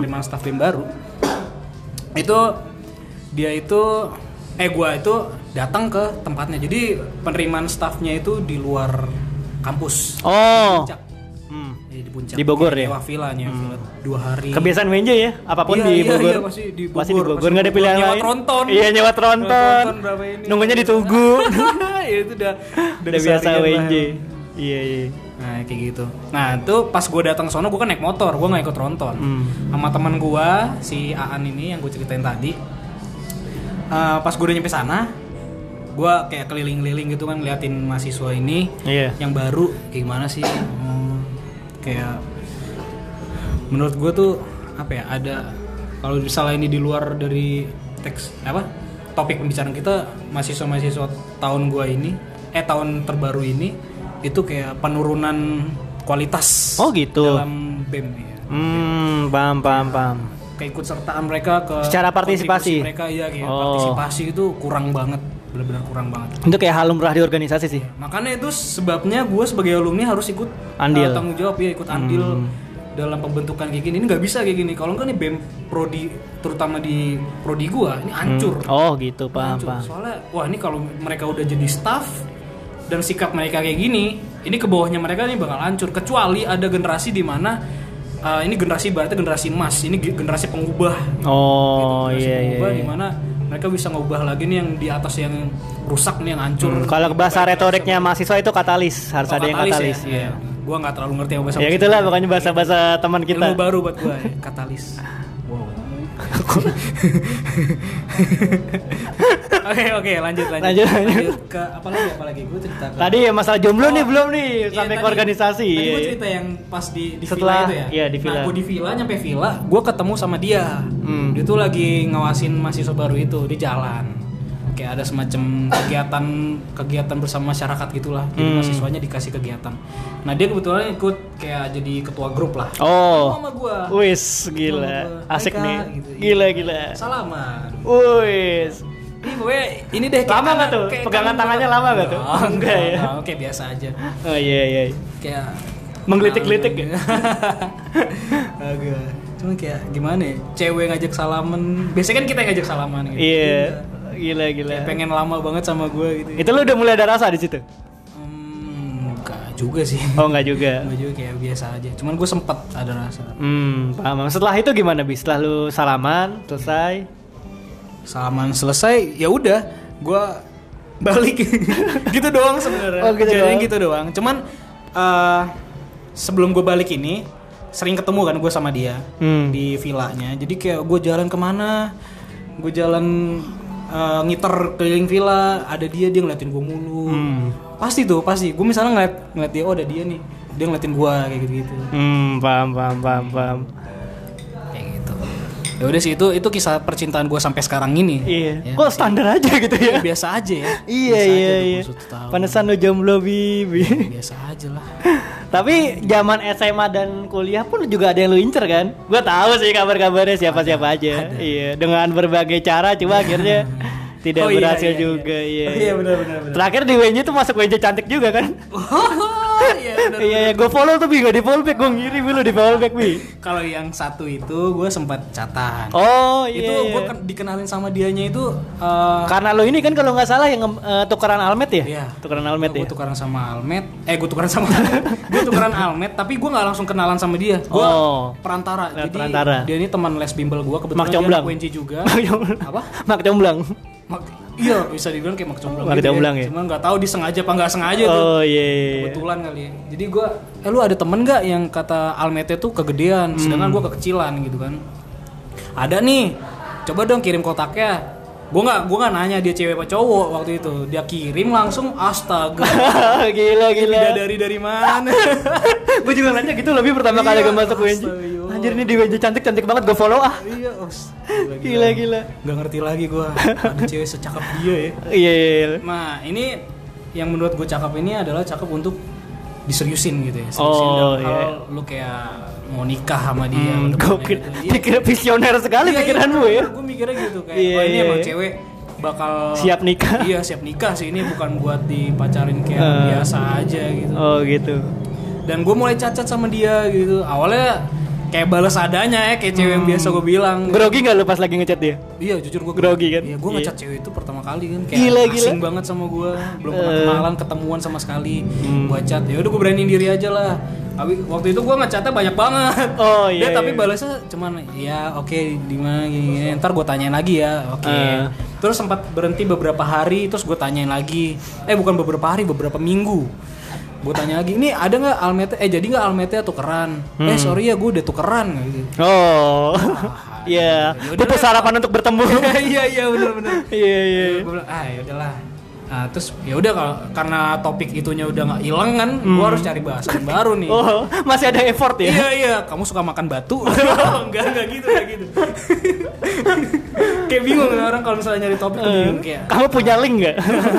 itu dia itu gua itu datang ke tempatnya. Jadi penerimaan stafnya itu di luar kampus. Di Puncak. Di Bogor ya? Villanya, 2 hari. Kebiasaan WNJ ya? Apapun di Bogor. Iya, pasti di Bogor. Enggak ada pilihan lain. Iya, nyewa tronton. Nunggunya ditunggu. Ya itu udah biasa WNJ. Iya. Nah, kayak gitu. Nah, itu pas gue datang ke sono gue kan naik motor, gue nggak ikut tronton. Sama teman gue si Aan ini yang gue ceritain tadi. Pas gue udah nyampe sana, gue kayak keliling-keliling gitu kan ngeliatin mahasiswa ini yang baru kayak gimana sih. Kayak menurut gue tuh ada kalau misalnya ini di luar dari topik pembicaraan kita, mahasiswa tahun gue ini tahun terbaru ini itu kayak penurunan kualitas dalam BEM ya. Paham. Keikutsertaan mereka ke secara partisipasi mereka partisipasi itu kurang banget, benar-benar kurang banget. Itu kayak hal lumrah di organisasi sih. Makanya itu sebabnya gue sebagai alumni harus ikut andil. Tanggung jawab ya, ikut andil dalam pembentukan kayak gini. Ini nggak bisa kayak gini. Kalau enggak nih BEM prodi, terutama di prodi gue ini hancur. Gitu, paham. Soalnya ini kalau mereka udah jadi staff dan sikap mereka kayak gini, ini ke bawahnya mereka ini bakal hancur. Kecuali ada generasi di mana ini generasi berarti generasi emas, ini generasi pengubah. Pengubah di mana mereka bisa ngubah lagi nih yang di atas yang rusak nih, yang hancur. Kalau bahasa retoriknya mahasiswa itu katalis, harus ada yang katalis. Ya. Gua nggak terlalu ngerti apa bahasa. Ya gitulah pokoknya bahasa teman kita. Ilmu baru buat gua, katalis. Wow. Oke, lanjut. Lanjut. Ke apalagi gue cerita ke. Tadi ya masalah jomblo nih belum nih sampai ke organisasi. Tadi gue cerita yang pas di Setelah, villa itu ya. Iya, di villa. Nah, gue di villa nyampe villa, gue ketemu sama dia. Dia tuh lagi ngawasin mahasiswa baru itu di jalan. Kayak ada semacam kegiatan bersama masyarakat gitulah. Jadi mahasiswanya dikasih kegiatan. Nah, dia kebetulan ikut kayak jadi ketua grup lah. Oh. Sama gua. Wis, gila. Asik Hai, nih. Kak, gitu. Gila. Salaman. Wis. Ini pokoknya ini deh kayak Lama nggak tuh? kayak Pegangan tangannya lama nggak tuh? Enggak ya? Kayak biasa aja. Oh iya. Kayak Menggelitik-gelitik ya? Agak. Cuma kayak gimana ya? Cewek ngajak salaman. Biasanya kan kita yang ngajak salaman gitu. Iya. Gila. Kayak pengen lama banget sama gue gitu. Itu lu udah mulai ada rasa di situ? Enggak juga sih. Oh, enggak juga. Enggak juga, kayak biasa aja. Cuman gue sempet ada rasa. Paham. Setelah itu gimana, Bi? Setelah lu salaman, selesai? Salaman selesai, ya udah, gue balik. Gitu doang sebenarnya. Oh, gitu Jadinya doang. gitu doang. Cuman sebelum gue balik ini sering ketemu kan gue sama dia di villanya. Jadi kayak gue jalan kemana, gue jalan ngiter keliling villa, ada dia ngeliatin gue mulu. Pasti gue misalnya ngeliat dia, oh ada dia nih, dia ngeliatin gue kayak gitu. Paham. Kayak gitu. Ya udah sih, itu kisah percintaan gue sampai sekarang ini. Iya. Ya, Kok standar aja gitu ya? biasa aja ya. Iya. 21 tahun. Panesan lu jomblo, Bi. Biasa aja lah. Tapi zaman SMA dan kuliah pun juga ada yang lu incer kan? Gua tahu sih kabar-kabarnya siapa-siapa aja. ada. Iya, dengan berbagai cara cuma akhirnya tidak Oh, iya, berhasil iya. juga. Iya. Oh, iya, benar. Terakhir di WNJ tuh masuk WNJ cantik juga kan? Iya benar. Iya, gue follow tuh Bi, gak di follow back, gue ngirim lu di follow back Bi. Kalau yang satu itu gue sempat chatan. Oh iya. Itu gue iya. dikenalin sama dianya itu Karena lo ini kan kalau nggak salah yang tukeran almet ya? Iya. Tukeran almet ya. Gue tukeran sama Almet. Gue tukeran Almet, tapi gue nggak langsung kenalan sama dia. Gue perantara. Lewat Jadi perantara. dia ini teman les bimbel gue. Kebetulan Mak dia Comblang. anak UNJ juga. Apa? Mak Comblang. Iya, bisa dibilang kayak Mak Comblang. Mak gitu Comblang ya. Cuman nggak tahu disengaja apa nggak sengaja tuh. Oh iya. Kebetulan kali ya. Jadi gue, lu ada temen nggak yang kata Almetnya tuh kegedean, sedangkan gue kekecilan gitu kan? Ada nih. Coba dong kirim kotaknya. Gue nggak nanya dia cewek apa cowok waktu itu. Dia kirim langsung, astaga. Gila. Dari mana? Gue juga nanya gitu lebih pertama kali gue masuk WNJ. astaga. Anjir ini di WNJ cantik banget, gue follow ah. Iya, Gila. Gak ngerti lagi gue. Ada cewek secakep dia ya. Iya. Nah ini yang menurut gue cakep ini adalah cakep untuk diseriusin gitu ya. Oh, dalam hal lu kayak mau nikah sama dia. Gokil. Iya. Pikir visioner sekali pikiranmu ya. Gue mikirnya gitu kayak, Iya, oh ini iya. emang cewek bakal Siap nikah. Iya siap nikah sih, ini bukan buat dipacarin kayak biasa aja gitu. Oh gitu. Dan gue mulai cacat sama dia gitu. Awalnya kayak balas adanya ya, kayak cewek yang biasa gue bilang. Grogi nggak lu pas lagi ngechat dia? Iya jujur gue Grogi kan? Iya gue Iya. ngecat cewek itu pertama kali kan kayak Gila. asing banget sama gue, belum pernah kenalan, ketemuan sama sekali. Gue chat, ya udah gue beraniin diri aja lah. Tapi waktu itu gue ngechatnya banyak banget. Oh iya. Dia tapi balasnya cuman ya oke di mana gini. Ntar gue tanyain lagi ya. Oke. Terus sempat berhenti beberapa hari, terus gue tanyain lagi. Bukan beberapa hari, beberapa minggu. Gue tanya lagi, ini ada nggak almetnya? Jadi nggak almetnya tukeran? Sorry ya, gue udah tukeran gitu. Oh. Iya. Butuh sarapan untuk bertemu. Iya benar. Iya. Gue bilang ya udahlah. Nah, terus ya udah karena topik itunya udah nggak hilang kan, gue harus cari bahasan baru nih. Oh, masih ada effort ya? Iya, kamu suka makan batu? enggak gitu. Kayak bingung orang kalau misalnya nyari topik bingung kayak. Kamu punya link nggak?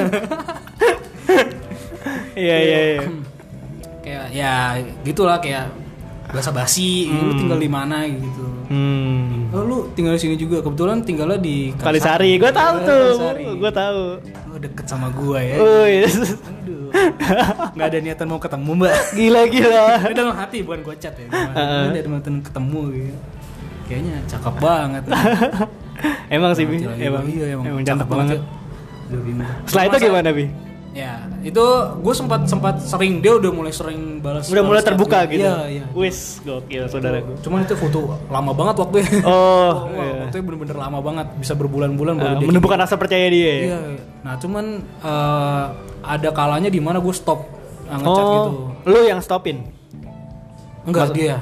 Iya. Kayak ya gitulah kayak basa-basi, lu tinggal di mana gitu. Oh, lu tinggal di sini juga. Kebetulan tinggalnya di Kalisari, gue tahu tuh. Kalisari. Gue tahu. Oh, deket sama gua ya. Oh yes. Aduh. Nggak ada niatan mau ketemu, Mbak. Gila. Ini dalam hati bukan gua chat ya. Ada niatan ketemu gitu. Kayaknya cakep banget. Emang sih, Bi. Iya, Emang cantik banget. Udah bingung. Setelah itu gimana, Bi? Ya, itu gue sempat sering, dia udah mulai sering balas. Udah mulai chat terbuka gue. gitu. Iya. Wis, gokil saudaraku. Cuman itu foto lama banget waktunya. Oh, iya. Waktunya bener-bener lama banget, bisa berbulan-bulan baru dia. Menumbuhkan rasa percaya dia. Ya? Iya. Nah, cuman ada kalanya di mana gue stop ngechat gitu. Lu yang stopin. Enggak dia.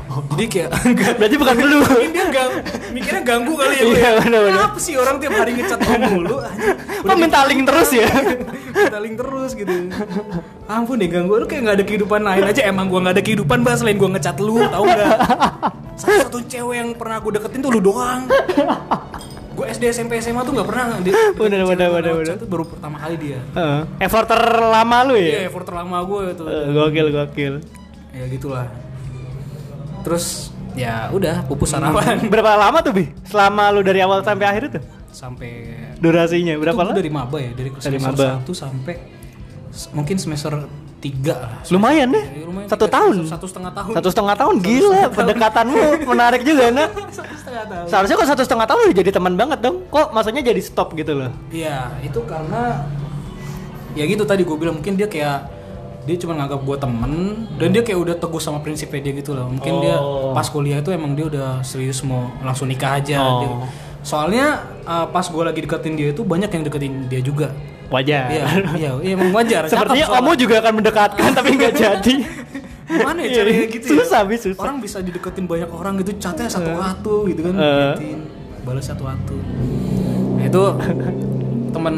Jadi kayak Berarti bukan lu. mungkin dia mikirnya ganggu kali ya. Iya, benar-benar. Kenapa sih orang tiap hari ngecat gua mulu? Kok minta link terus ya? Minta link terus gitu. Ampun deh ganggu lu kayak nggak ada kehidupan lain aja. Emang gua nggak ada kehidupan selain gua ngecat lu, tahu nggak? Satu cewek yang pernah gua deketin tuh lu doang. Gue SD SMP SMA tuh nggak pernah Bener. itu baru pertama kali dia. Effort terlama lu ya? Iya, effort terlama gue itu. Gokil. Ya gitulah. Terus ya udah pupus harapan. Berapa lama tuh, Bi? Selama lu dari awal sampai akhir itu? Sampai Durasinya berapa lama? dari maba ya, dari semester 1 sampai mungkin semester 3 lah. Lumayan deh. Ya, lumayan 1 tahun. 1,5 tahun. 1,5 tahun gila, pendekatanmu menarik juga, Nak. 1,5 tahun. Seharusnya kok 1,5 tahun udah jadi teman banget dong. Kok maksudnya jadi stop gitu loh? Iya, itu karena ya gitu tadi gue bilang mungkin dia cuma nganggap gue temen dan dia kayak udah teguh sama prinsipnya dia gitu loh. Mungkin dia pas kuliah itu emang dia udah serius mau langsung nikah aja. Soalnya pas gue lagi deketin dia itu banyak yang deketin dia juga. Wajar. Iya, emang wajar. Sepertinya kamu juga akan mendekatkan tapi nggak jadi. Gimana ya caranya gitu ya? Susah. Orang bisa dideketin banyak orang gitu, chatnya satu-satu gitu kan, deketin, balas satu-satu. Nah, itu teman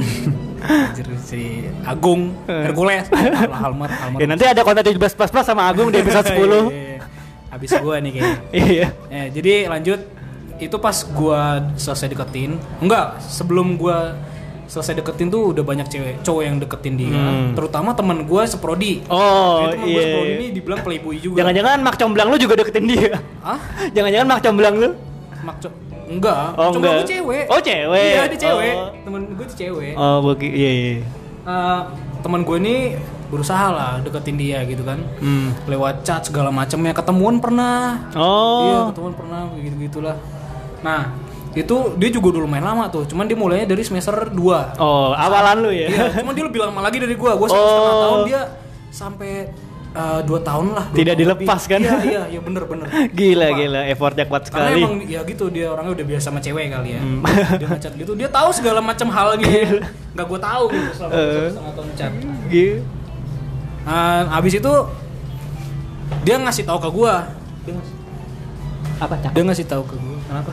si Agung Hercules Halmar. Ya nanti ada konten 17+ sama Agung di episode 10. Habis gua nih kayaknya. Iya. Jadi lanjut, itu pas gua selesai deketin. Sebelum gua selesai deketin tuh udah banyak cowok yang deketin dia, terutama teman gue seprodi. Teman gue seprodi ini dibilang playboy juga. Jangan-jangan mak comblang lu juga deketin dia? Hah? Jangan-jangan mak comblang lu? Enggak. Enggak. Gue cewek. Oh, cewek. Iya, dia cewek. Temen gue tuh cewek. Iya. Teman gue ini berusaha lah deketin dia gitu kan. Lewat chat segala macamnya, ketemuan pernah. Iya, ketemuan pernah gitu-gitulah. Nah, itu dia juga dulu main lama tuh, cuman dia mulainya dari semester 2. Awalan lu ya? Iya, cuman dia lebih lama lagi dari gua 1,5 tahun, dia sampai 2 tahun lah. Tidak dilepas kan? Iya, bener. Gila, effortnya kuat sekali. Karena emang ya gitu, dia orangnya udah biasa sama cewek kali ya. Dia ngechat gitu, dia tahu segala macam hal gitu. Nggak gua tahu gitu selama 1,5 tahun ngechat. Abis itu dia ngasih tahu ke gua. Dia ngasih tahu ke gua. Kenapa?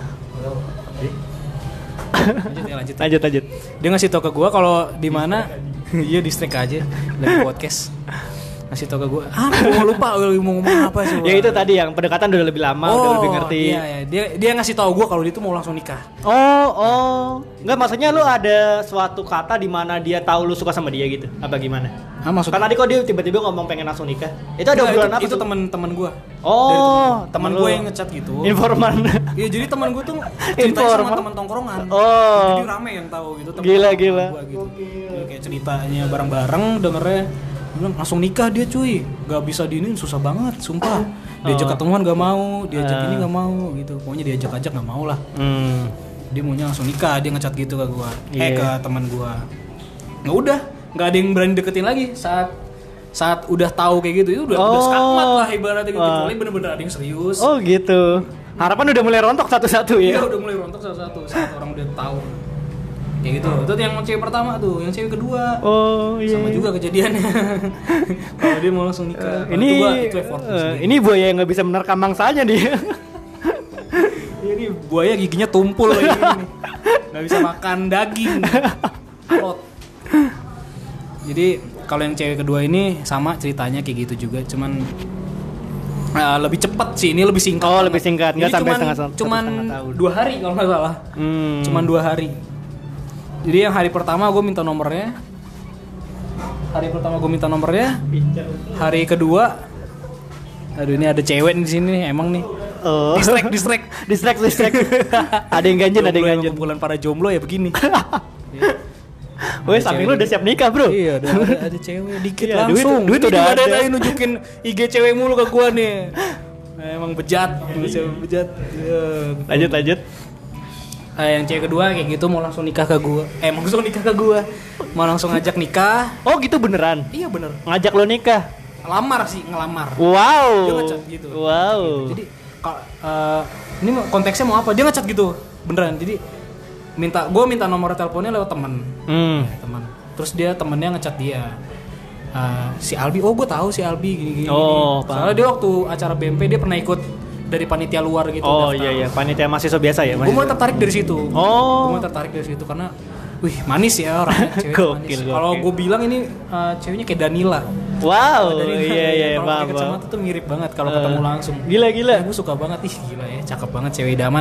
Lanjut. Dia ngasih tau ke gue kalau di mana, iya distract aja lagi podcast. Ngasih tau ke gue, gue lupa mau ngomong apa sih. Ya itu tadi yang pendekatan udah lebih lama, udah lebih ngerti. Iya. Dia ngasih tau gue kalau dia tuh mau langsung nikah. Enggak, maksudnya lu ada suatu kata di mana dia tahu lu suka sama dia gitu? Apa gimana? Maksudnya? Kan tadi kok dia tiba-tiba ngomong pengen langsung nikah. Itu ada obrolan apa? Itu teman gue. Teman gue yang ngechat gitu. Informan. Iya, jadi teman gue tuh ceritanya sama teman tongkrongan. Jadi rame yang tahu gitu. Gila. Gua, gitu. Kayak ceritanya bareng-bareng dengernya. Bilang langsung nikah dia cuy, nggak bisa diinin, susah banget sumpah. Diajak ketemuan nggak mau, diajak ini nggak mau gitu, pokoknya diajak nggak mau lah. Dia maunya langsung nikah, dia ngecat gitu ke gua, ke teman gua. Udah nggak ada yang berani deketin lagi saat udah tahu kayak gitu, itu udah skakmat lah ibaratnya gitu. Kecuali bener-bener ada yang serius. Oh gitu. Harapan udah mulai rontok satu-satu ya? Iya, udah mulai rontok satu-satu saat orang udah tahu. Kayak gitu. Itu yang cewek pertama tuh, yang cewek kedua. Sama juga kejadiannya. Kalau dia mau langsung nikah. Ini buaya yang nggak bisa menerkam mangsanya dia. Ini buaya giginya tumpul ini. Nggak bisa makan daging. Plot. Jadi kalau yang cewek kedua ini sama ceritanya kayak gitu juga, cuman lebih cepat sih, ini lebih singkat. Lebih singkat, nggak sampai setengah tahun. Cuman 2 hari kalau nggak salah. Cuman 2 hari. Jadi yang hari pertama gue minta nomornya. Hari kedua, aduh ini ada cewek di sini emang nih. Distract. Ada yang ganjen. Kumpulan para jomblo ya begini. Woi, samping lu udah siap nikah, Bro. Iya, ada cewek dikit langsung. Duit udah ada. Ada nunjukin IG cewek mulu ke gua nih. Emang bejat, bejat. Lanjut. Yang cewek kedua kayak gitu mau langsung nikah ke gua. Mau langsung ngajak nikah. Oh, gitu beneran? Iya, bener. Ngajak lo nikah? Ngelamar. Wow. Dia ngechat gitu. Wow. Jadi ini konteksnya mau apa? Dia ngechat gitu. Beneran. Jadi gue minta nomor teleponnya lewat teman. Teman. Terus temennya ngechat dia. si Albi, oh gue tahu si Albi gini. Oh, soalnya dia waktu acara BMP dia pernah ikut dari panitia luar gitu. Oh daftar. iya, panitia mahasiswa biasa ya. Gue mulai tertarik dari situ. Oh. Gue mulai tertarik dari situ karena, wih manis ya orangnya, cewek manis. Kalau gue bilang ini ceweknya kayak Danila. Wow, Danila, iya, kalau pakai kacamata tuh mirip banget kalau ketemu langsung. Gila. Gue suka banget, gila ya, cakep banget cewek idaman.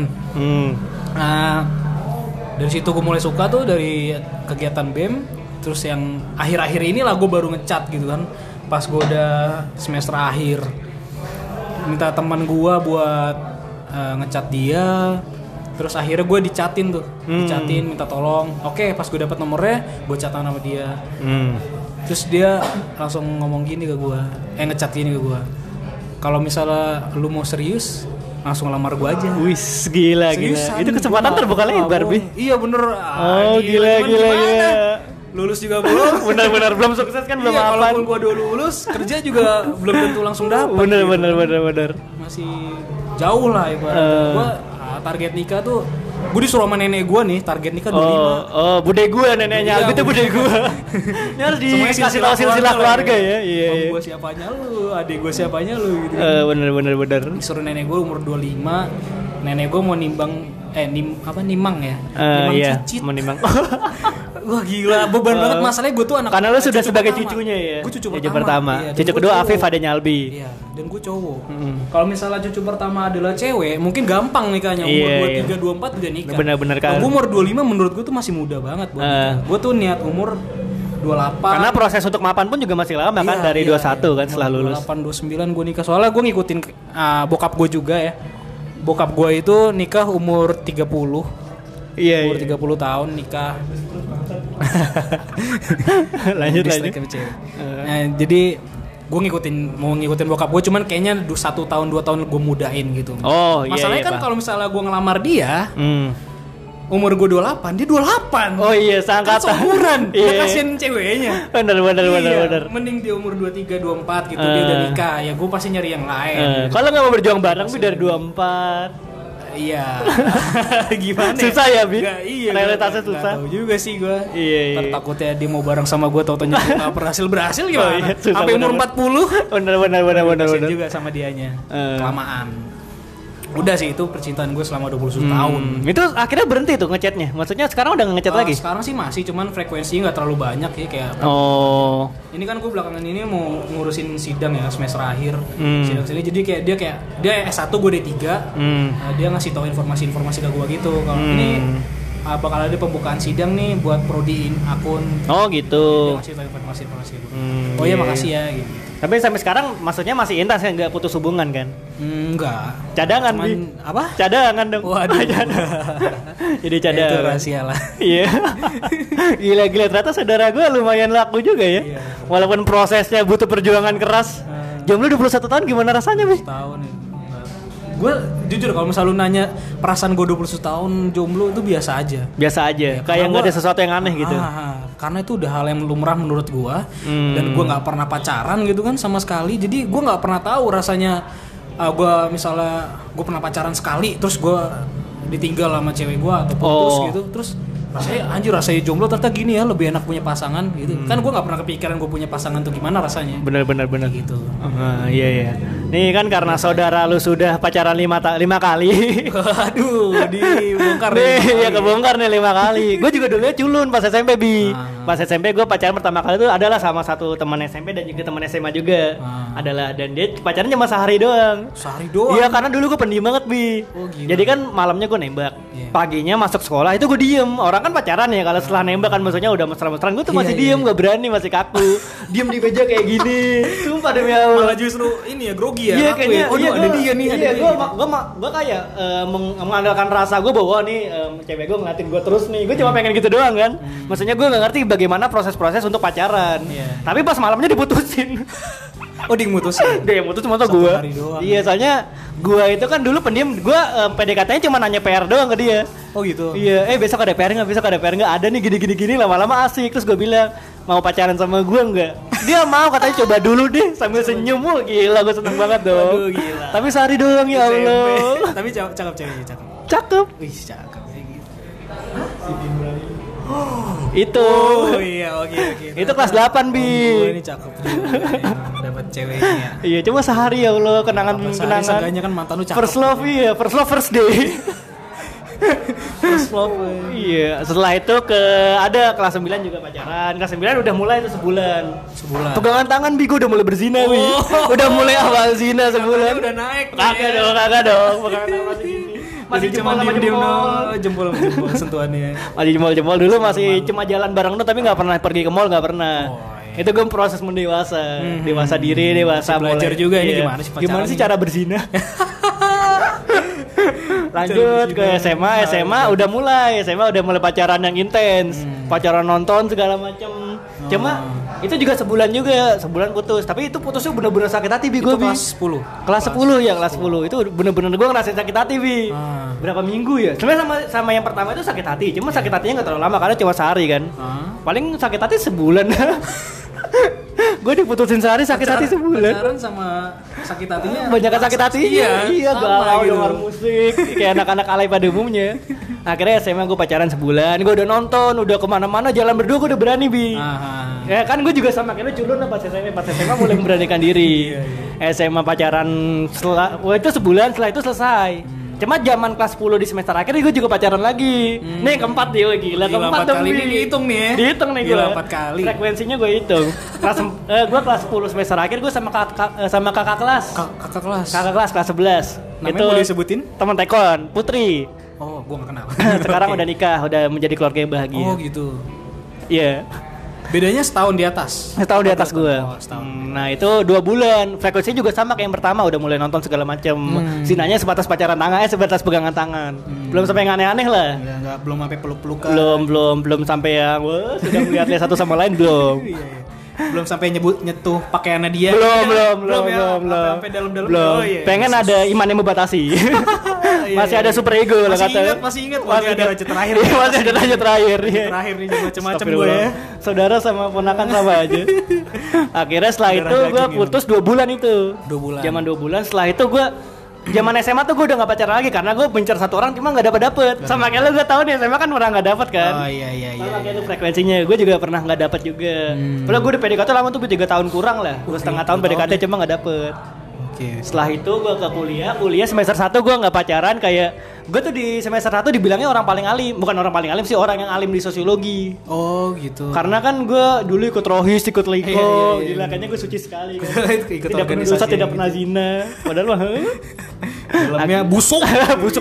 Dari situ gue mulai suka tuh dari kegiatan BEM. Terus yang akhir-akhir inilah gue baru ngecat gitu kan, pas gue udah semester akhir, minta teman gue buat ngecat dia. Terus akhirnya gue dicatin tuh, minta tolong. Oke, pas gue dapet nomornya, gue chatan sama dia. Terus dia langsung ngomong gini ke gue, ngecat gini ke gue. Kalau misalnya lu mau serius, langsung lamar gue aja. Wis, gila. Itu kesempatan terbuka lebar, Bi. Iya bener. Oh, gila. Lulus juga belum. Benar belum sukses kan, belum apa. Kalaupun gue dulu lulus, kerja juga belum tentu langsung dapat. Bener. Masih jauh lah ibaratnya. Gue target nikah tuh, gue disuruh sama nenek gue nih, target nikah 25. Oh, bude gue neneknya, Albi tuh bude gue. Ini harus dikasih tahu silsilah keluarga ya. Iya. Om gue siapanya lu, adik gue siapanya lu gitu. Bener. Disuruh nenek gue umur 25. Nenek gue mau nimang nimang ya? Iya, cicit. mau nimang. Wah gila, beban banget masalahnya gue tuh anak. Karena lu sudah sebagai cucunya ya. Gue cucu pertama. Iya, cucu kedua Afif, adanya Albi. Iya, dan gue cowok. Kalau misalnya cucu pertama adalah cewek, mungkin gampang nikahnya. Umur 23, 24 udah nikah. Bener kan. Umur 25 menurut gue tuh masih muda banget buat nikah. Gue tuh niat umur 28. Karena proses untuk mapan pun juga masih lama kan, dari 21 kan setelah lulus. 28, 29 gue nikah. Soalnya gue ngikutin bokap gue juga ya. Bokap gue itu nikah umur 30. Iya. Umur 30 tahun nikah. lanjut. Nah, jadi gue mau ngikutin bokap gue, cuman kayaknya 1 tahun 2 tahun gue mudain gitu. Oh iya. Masalahnya kan kalau misalnya gue ngelamar dia, umur gue 28, dia 28. Oh iya, seangkatan. Kan seumuran. Iya. Kasian ceweknya. Bener. Mending dia umur 23, 24 gitu, dia udah nikah. Ya gue pasti nyari yang lain. Kalau nggak mau berjuang bareng Bi dari 24. Iya. Gimana? Susah ya, Bi? Iya. Realitasnya susah. Tahu juga sih gue. Iya. Takutnya dia mau bareng sama gue, tau-taunya nggak berhasil gimana? Oh, iya, susah, sampai umur 40. Bener. Juga sama dianya. Kelamaan. Udah sih, itu percintaan gue selama 21 tahun. Itu akhirnya berhenti tuh ngechatnya. Maksudnya sekarang udah ngechat lagi? Sekarang sih masih, cuman frekuensinya nggak terlalu banyak ya kayak. Oh. Ini kan gue belakangan ini mau ngurusin sidang ya, semester akhir. Sidang sini, jadi dia S1, gue D3. Dia ngasih tahu informasi-informasi ke gue gitu. Kalau ini bakal ada pembukaan sidang nih buat prodiin akun. Oh gitu. Dia ngasih tahu informasi-informasi gitu. Oh iya, makasih ya gitu. Tapi sampai sekarang maksudnya masih intens kan, nggak putus hubungan kan? Enggak. Cadangan, Bi. Apa? Cadangan dong. Waduh. Jadi cadangan. Itu rahasia lah. Iya. Gila ternyata saudara gue lumayan laku juga ya. Iya. Walaupun prosesnya butuh perjuangan keras. Jomblo 21 tahun gimana rasanya, Bi? Tahun ya. Gue jujur kalau misalnya lu nanya perasaan gue 21 tahun jomblo itu biasa aja. Biasa aja. Ya, kayak nggak ada sesuatu yang aneh gitu. Karena itu udah hal yang lumrah menurut gue. Dan gue nggak pernah pacaran gitu kan sama sekali. Jadi gue nggak pernah tahu rasanya. Gue misalnya gue pernah pacaran sekali, terus gue ditinggal sama cewek gue atau putus gitu, terus rasanya jomblo ternyata gini ya, lebih enak punya pasangan gitu. Kan gue nggak pernah kepikiran gue punya pasangan tuh gimana rasanya. Bener gitu. Iya. Nih kan karena saudara lu sudah pacaran 5 kali. Waduh, dibongkar nih. Iya, kebongkar nih 5 kali. Gue juga dulunya culun pas SMP, Bi. Pas SMP gue pacaran pertama kali itu adalah sama satu teman SMP dan juga teman SMA juga. Adalah, dan dia pacaran cuma sehari doang. Sehari doang? Iya, karena dulu gue pendiam banget, Bi. Jadi kan malamnya gue nembak. Paginya masuk sekolah itu gue diem. Orang kan pacaran ya, kalau setelah nembak kan maksudnya udah mesra-mesraan, gue tuh masih diem, gak berani, masih kaku. Diem di meja kayak gini. Sumpah demi Allah. Malah justru ini ya grogi ya. Iya kayaknya. Ada dia nih. Iya, gue kayak mengandalkan rasa gue bahwa nih cewek gue ngeliatin gue terus nih. Gue cuma pengen gitu doang kan. Maksudnya gue gak ngerti bagaimana proses-proses untuk pacaran. Tapi pas malamnya diputusin. Oh, dia mutusin. Dia yang mutus cuma tuh gue. Iya, soalnya gue itu kan dulu pendiam. Gue PDKT-nya cuma nanya PR doang ke dia. Oh gitu. Iya, besok ada PR nggak? Besok ada PR nggak? Ada nih gini. Lama-lama asik. Terus gue bilang, mau pacaran sama gue nggak? Dia mau, katanya coba dulu deh sambil senyum. Wah gila, gue seneng banget dong. Aduh, gila. Tapi sehari doang ya Allah. Tapi cakep ceweknya, cakep. Cakep. Wih, cakep kayak gitu. Itu. Oh iya, oke. Itu kelas 8 Bi. Gue ini cakep juga dapat ceweknya. Iya, cuma sehari ya Allah kenangan. Seenggaknya kan mantan lu cakep. First love ya, first love first day. First love. Iya, setelah itu ada kelas 9 juga pacaran. Kelas 9 udah mulai itu sebulan. Pegangan tangan Bi, gue udah mulai berzina Bi. Udah mulai awal zina sebulan. Udah naik. Kagak dong. Pegangan tangan masih gini. Masih cuma jempol sentuhannya. Masih jempol dulu, masih cuma jalan bareng tapi nggak pernah pergi ke mall, nggak pernah. Iya. Itu gue proses mendewasa, dewasa diri, dewasa belajar mulai. juga ini Iya. Gimana sih cara berzina? Lanjut ke SMA udah mulai pacaran yang intens, pacaran nonton segala macam. Cuma itu juga sebulan putus, tapi itu putusnya bener-bener sakit hati Bi gue. Kelas 10. Kelas 10 itu bener-bener gue ngerasain sakit hati Bi. Berapa minggu ya? Sebenarnya sama yang pertama itu sakit hati, cuma sakit hatinya nggak terlalu lama karena cuma sehari kan. Paling sakit hati sebulan. Gue diputusin sehari sakit hati sebulan. Pacaran sama sakit hatinya. Banyak sakit hati. Iya, galau denger musik kayak anak-anak alay pada umumnya. Akhirnya SMA gue pacaran sebulan, gue udah nonton, udah kemana-mana, jalan berdua gue udah berani Bi. Ya kan gue juga sama kayak lu culun lah pas SMA mulai memberanikan diri. SMA pacaran itu sebulan, setelah itu selesai. Cuma zaman kelas 10 di semester akhir gue juga pacaran lagi. Nih keempat dia gila keempat dong. Kali ini dihitung nih ya. Dihitung nih gue. Gila 4 kali. Frekuensinya gue hitung. Gue kelas 10 semester akhir gue sama kakak kelas. Kakak kelas. Kakak kelas kelas 11. Namanya itu boleh disebutin? Teman tekon, Putri. Oh, gue gak kenal. Sekarang udah nikah, udah menjadi keluarga yang bahagia. Oh gitu. Iya. Bedanya setahun di atas. Setahun di atas gue. Setahun. Nah itu 2 bulan. Frekuensinya juga sama kayak yang pertama. Udah mulai nonton segala macam. Sinanya sebatas pacaran tangan, sebatas pegangan tangan. Belum sampai yang aneh-aneh lah. Ya, belum sampai peluk-pelukan. Belum sampai yang sudah melihat satu sama lain belum. Belum sampai nyetuh pakaiannya dia. Belum. Sampai dalam-dalam. Belum. Pengen ada iman yang membatasi. Masih ada super ego lah kata. Masih ingat. Masih ada raja terakhir. Masih ada raja terakhir. Terakhir nih macam-macam gue ya. Saudara sama ponakan sama aja. Akhirnya setelah itu gue putus 2 bulan itu. 2 bulan. Zaman 2 bulan. Setelah itu gue zaman SMA tuh gue udah gak pacaran lagi karena gue mencar satu orang cuma gak dapet. Sama kayak lo gue tau nih SMA kan orang gak dapet kan. Oh iya. Sama kayak itu frekuensinya gue juga pernah gak dapet juga. Padahal gue udah PDKT lama tuh 3 tahun kurang lah. 2,5 tahun PDKT cuma gak dapet. Setelah itu gue ke kuliah semester 1 gue gak pacaran. Kayak gue tuh di semester 1 dibilangnya orang paling alim. Bukan orang paling alim sih, orang yang alim di sosiologi. Oh gitu. Karena kan gue dulu ikut rohis, ikut liko. Gila kayaknya gue suci sekali kan. Tidak pernah dosa, tidak pernah zina. Padahal mah dalamnya busuk. busuk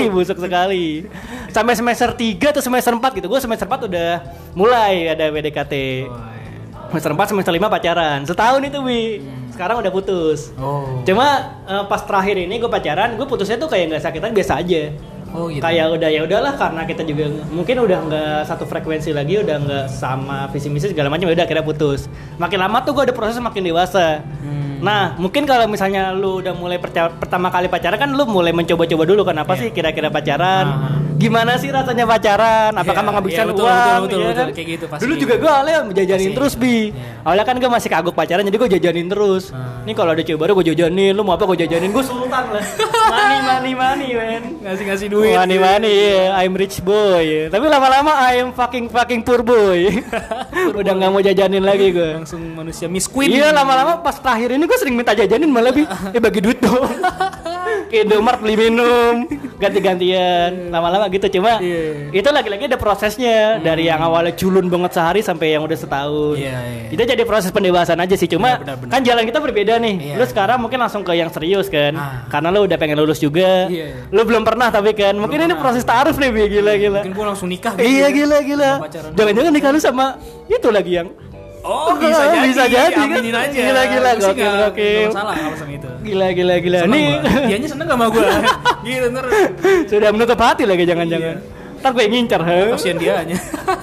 sekali. Sampai semester 3 atau semester 4 gitu. Gue semester 4 udah mulai ada PDKT. Semester 4, semester 5 pacaran. Setahun itu Wi. Sekarang udah putus. Cuma pas terakhir ini gue pacaran, gue putusnya tuh kayak nggak sakitan, biasa aja. Gitu. Kayak ya udahlah karena kita juga mungkin udah nggak satu frekuensi lagi, udah nggak sama visi misi segala macam, udah akhirnya putus. Makin lama tuh gue ada proses makin dewasa. Nah mungkin kalau misalnya lu udah mulai pertama kali pacaran kan lu mulai mencoba-coba dulu kan apa sih kira-kira pacaran. Gimana sih rasanya pacaran? Apakah menghabiskan uang? Betul, kan? kayak gitu pasti. Dulu juga gue awalnya jajanin terus Bi. Awalnya kan gue masih kagok pacaran jadi gue jajanin terus. Nih kalau ada cewek baru gue jajanin, lu mau apa gue jajanin, gue sultan lah. Money men. Ngasih duit. Money, yeah. I'm rich boy. Tapi lama-lama I'm fucking poor boy. Udah nggak mau jajanin lagi gue. Langsung manusia miskin. Iya lama-lama pas terakhir ini gue sering minta jajanin malah Bi. Bagi duit dong. Ke Indomaret beli minum, ganti-gantian. Lama-lama gitu cuma itu lagi-lagi ada prosesnya dari yang awalnya culun banget sehari sampai yang udah setahun. Itu jadi proses pendewasaan aja sih cuma benar. Kan jalan kita berbeda nih. Lu sekarang mungkin langsung ke yang serius kan karena lu udah pengen lulus juga. Lu belum pernah tapi kan mungkin ini proses taaruf nih Bi. Gila. Mungkin gua langsung nikah gitu. Iya gila. Jangan-jangan nikah lu sama itu lagi yang bisa jadi aminin kan? aja. Gila. Gak masalah kalau sama itu. Gila. Nih dianya seneng gak sama gue. Gitu ntar. Sudah menutup hati lagi jangan-jangan. Ntar gue ngincar. Kasian dia aja.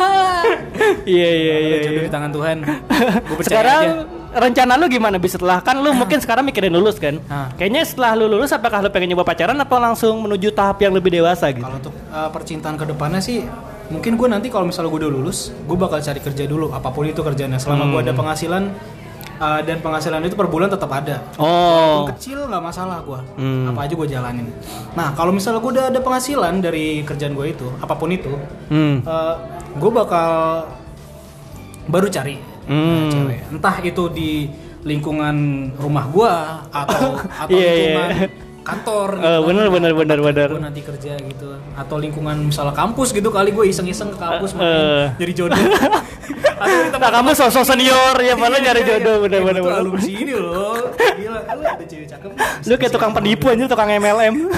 Iya. Jodoh di tangan Tuhan. Sekarang rencana lu gimana Bi setelah kan lu mungkin sekarang mikirin lulus kan? Kayaknya setelah lu lulus apakah lu pengen nyoba pacaran atau langsung menuju tahap yang lebih dewasa gitu? Kalau untuk percintaan kedepannya sih mungkin gue nanti kalau misalnya gue udah lulus, gue bakal cari kerja dulu apapun itu kerjanya. Selama gue ada penghasilan dan penghasilan itu per bulan tetap ada. Walaupun kecil nggak masalah gue. Apa aja gue jalanin. Nah kalau misalnya gue udah ada penghasilan dari kerjaan gue itu, apapun itu, gue bakal baru cari cewek. Entah itu di lingkungan rumah gua atau lingkungan kantor gitu. Bener. Gue nanti kerja gitu, atau lingkungan misalnya kampus gitu, kali gue iseng-iseng ke kampus jadi jodoh. Nah, kamu sosok senior ya, malah nyari jodoh. Bener. Lu sini loh, gila, lu ada cewek cakep. Lu kayak tukang penipu aja, tukang MLM.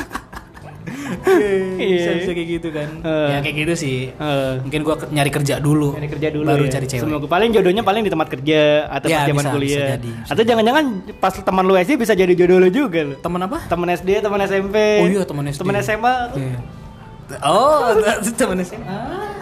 Bisa kayak gitu kan. Ya kayak gitu sih. Mungkin gua nyari kerja dulu baru ya. cari cewek. Semoga paling jodohnya paling di tempat kerja atau pas zaman kuliah. Bisa. Atau jangan-jangan pas teman lu SD bisa jadi jodoh lu juga lu. Teman apa? Teman SD, teman SMP. Oh iya, teman SD. Teman SMA. Yeah. Oh, teman SMA.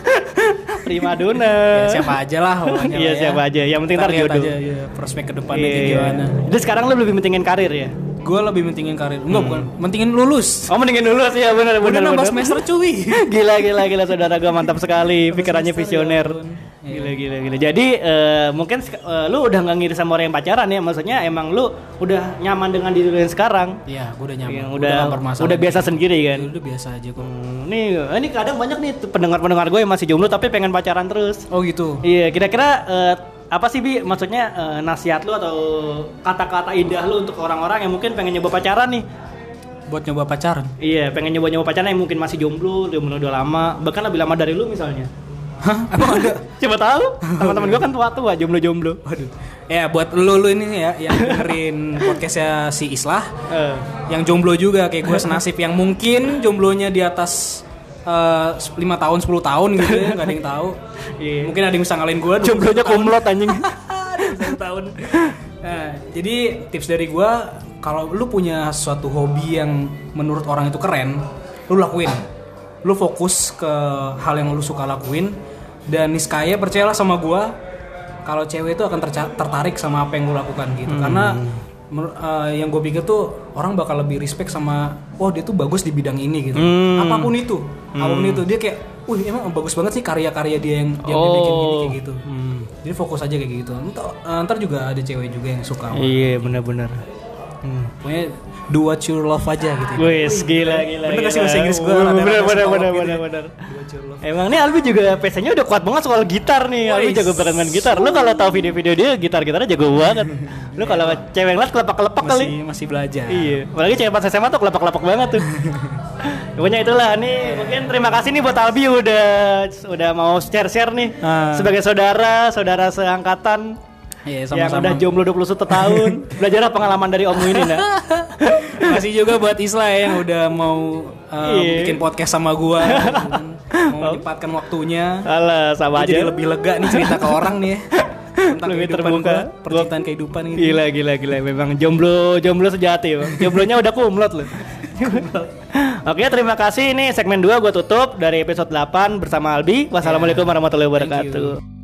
Primadona. Ya, siapa aja lah pokoknya. Iya, siapa aja. Yang penting ntar jodoh. Aja, ya, prospek ke depannya kayak gimana. Jadi sekarang lu lebih pentingin karir ya? Gue lebih mentingin karir. Enggak, bukan. Mentingin lulus. Oh, mentingin lulus ya, benar. Udah nambah semester cuy. Gila saudara gue, mantap sekali. Pikirannya visioner. Gila. Jadi mungkin lu udah nggak ngiri sama orang yang pacaran ya? Maksudnya emang lu udah nyaman dengan diri lu yang sekarang? Iya, gue udah nyaman. Udah biasa sendiri kan? Udah biasa aja kok. Ini kadang banyak nih pendengar gue yang masih jomblo tapi pengen pacaran terus. Oh gitu. Iya, kira-kira apa sih Bi, maksudnya nasihat lu atau kata-kata indah lu untuk orang-orang yang mungkin pengen nyoba pacaran nih? Buat nyoba pacaran? Iya, pengen nyoba pacaran yang mungkin masih jomblo udah lama, bahkan lebih lama dari lu misalnya. Hah? Emang ada? Coba tahu, teman-teman gue kan tua-tua, jomblo-jomblo. Waduh. Ya buat lu ini ya yang dengerin podcastnya si Islah, yang jomblo juga kayak gue senasib, yang mungkin jomblonya di atas 5 tahun 10 tahun gitu ya, nggak ada yang tahu. Mungkin ada yang bisa ngalahin gue. Jomblonya kumlot anjing. 1 tahun. Nah, jadi tips dari gue, kalau lu punya suatu hobi yang menurut orang itu keren, lu lakuin. Lu fokus ke hal yang lu suka lakuin, dan niscaya percayalah sama gue, kalau cewek itu akan tertarik sama apa yang lu lakukan gitu. Karena yang gue pikir tuh orang bakal lebih respect sama, oh dia tuh bagus di bidang ini gitu. Apapun itu dia kayak, emang bagus banget sih karya-karya dia yang dia bikin gini kayak gitu. Jadi fokus aja kayak gitu. Ntar juga ada cewek juga yang suka. Iya, benar. Pokoknya do what you love aja gitu. Wes, gila. Bener gak sih bahasa Inggris gue? Bener. Emang nih Albi juga PC-nya udah kuat banget soal gitar nih. Albi jago banget main gitar. Lu kalau tahu video-video dia gitar-gitarnya jago banget. Lu kalau cewek ngeliat kelepak-kelepak kali. Masih belajar. Iya. Apalagi cewek pas SMA tuh kelepak-kelepak banget tuh. Pokoknya itulah nih. Mungkin terima kasih nih buat Albi udah mau share-share nih sebagai saudara seangkatan. Iya, yang udah jomblo 21 tahun. Belajar pengalaman dari Om ini nak. Masih juga buat Isla yang udah mau bikin podcast sama gua. Mau menyempatkan waktunya. Alah, sama aja. Jadi lebih lega nih cerita ke orang nih. Tentang lebih terbuka, percintaan kehidupan gitu. Gila. Memang jomblo sejati, Bang. Jomblonya udah kumlot loh. Oke, terima kasih. Ini segmen 2 gua tutup dari episode 8 bersama Albi. Wassalamualaikum warahmatullahi wabarakatuh.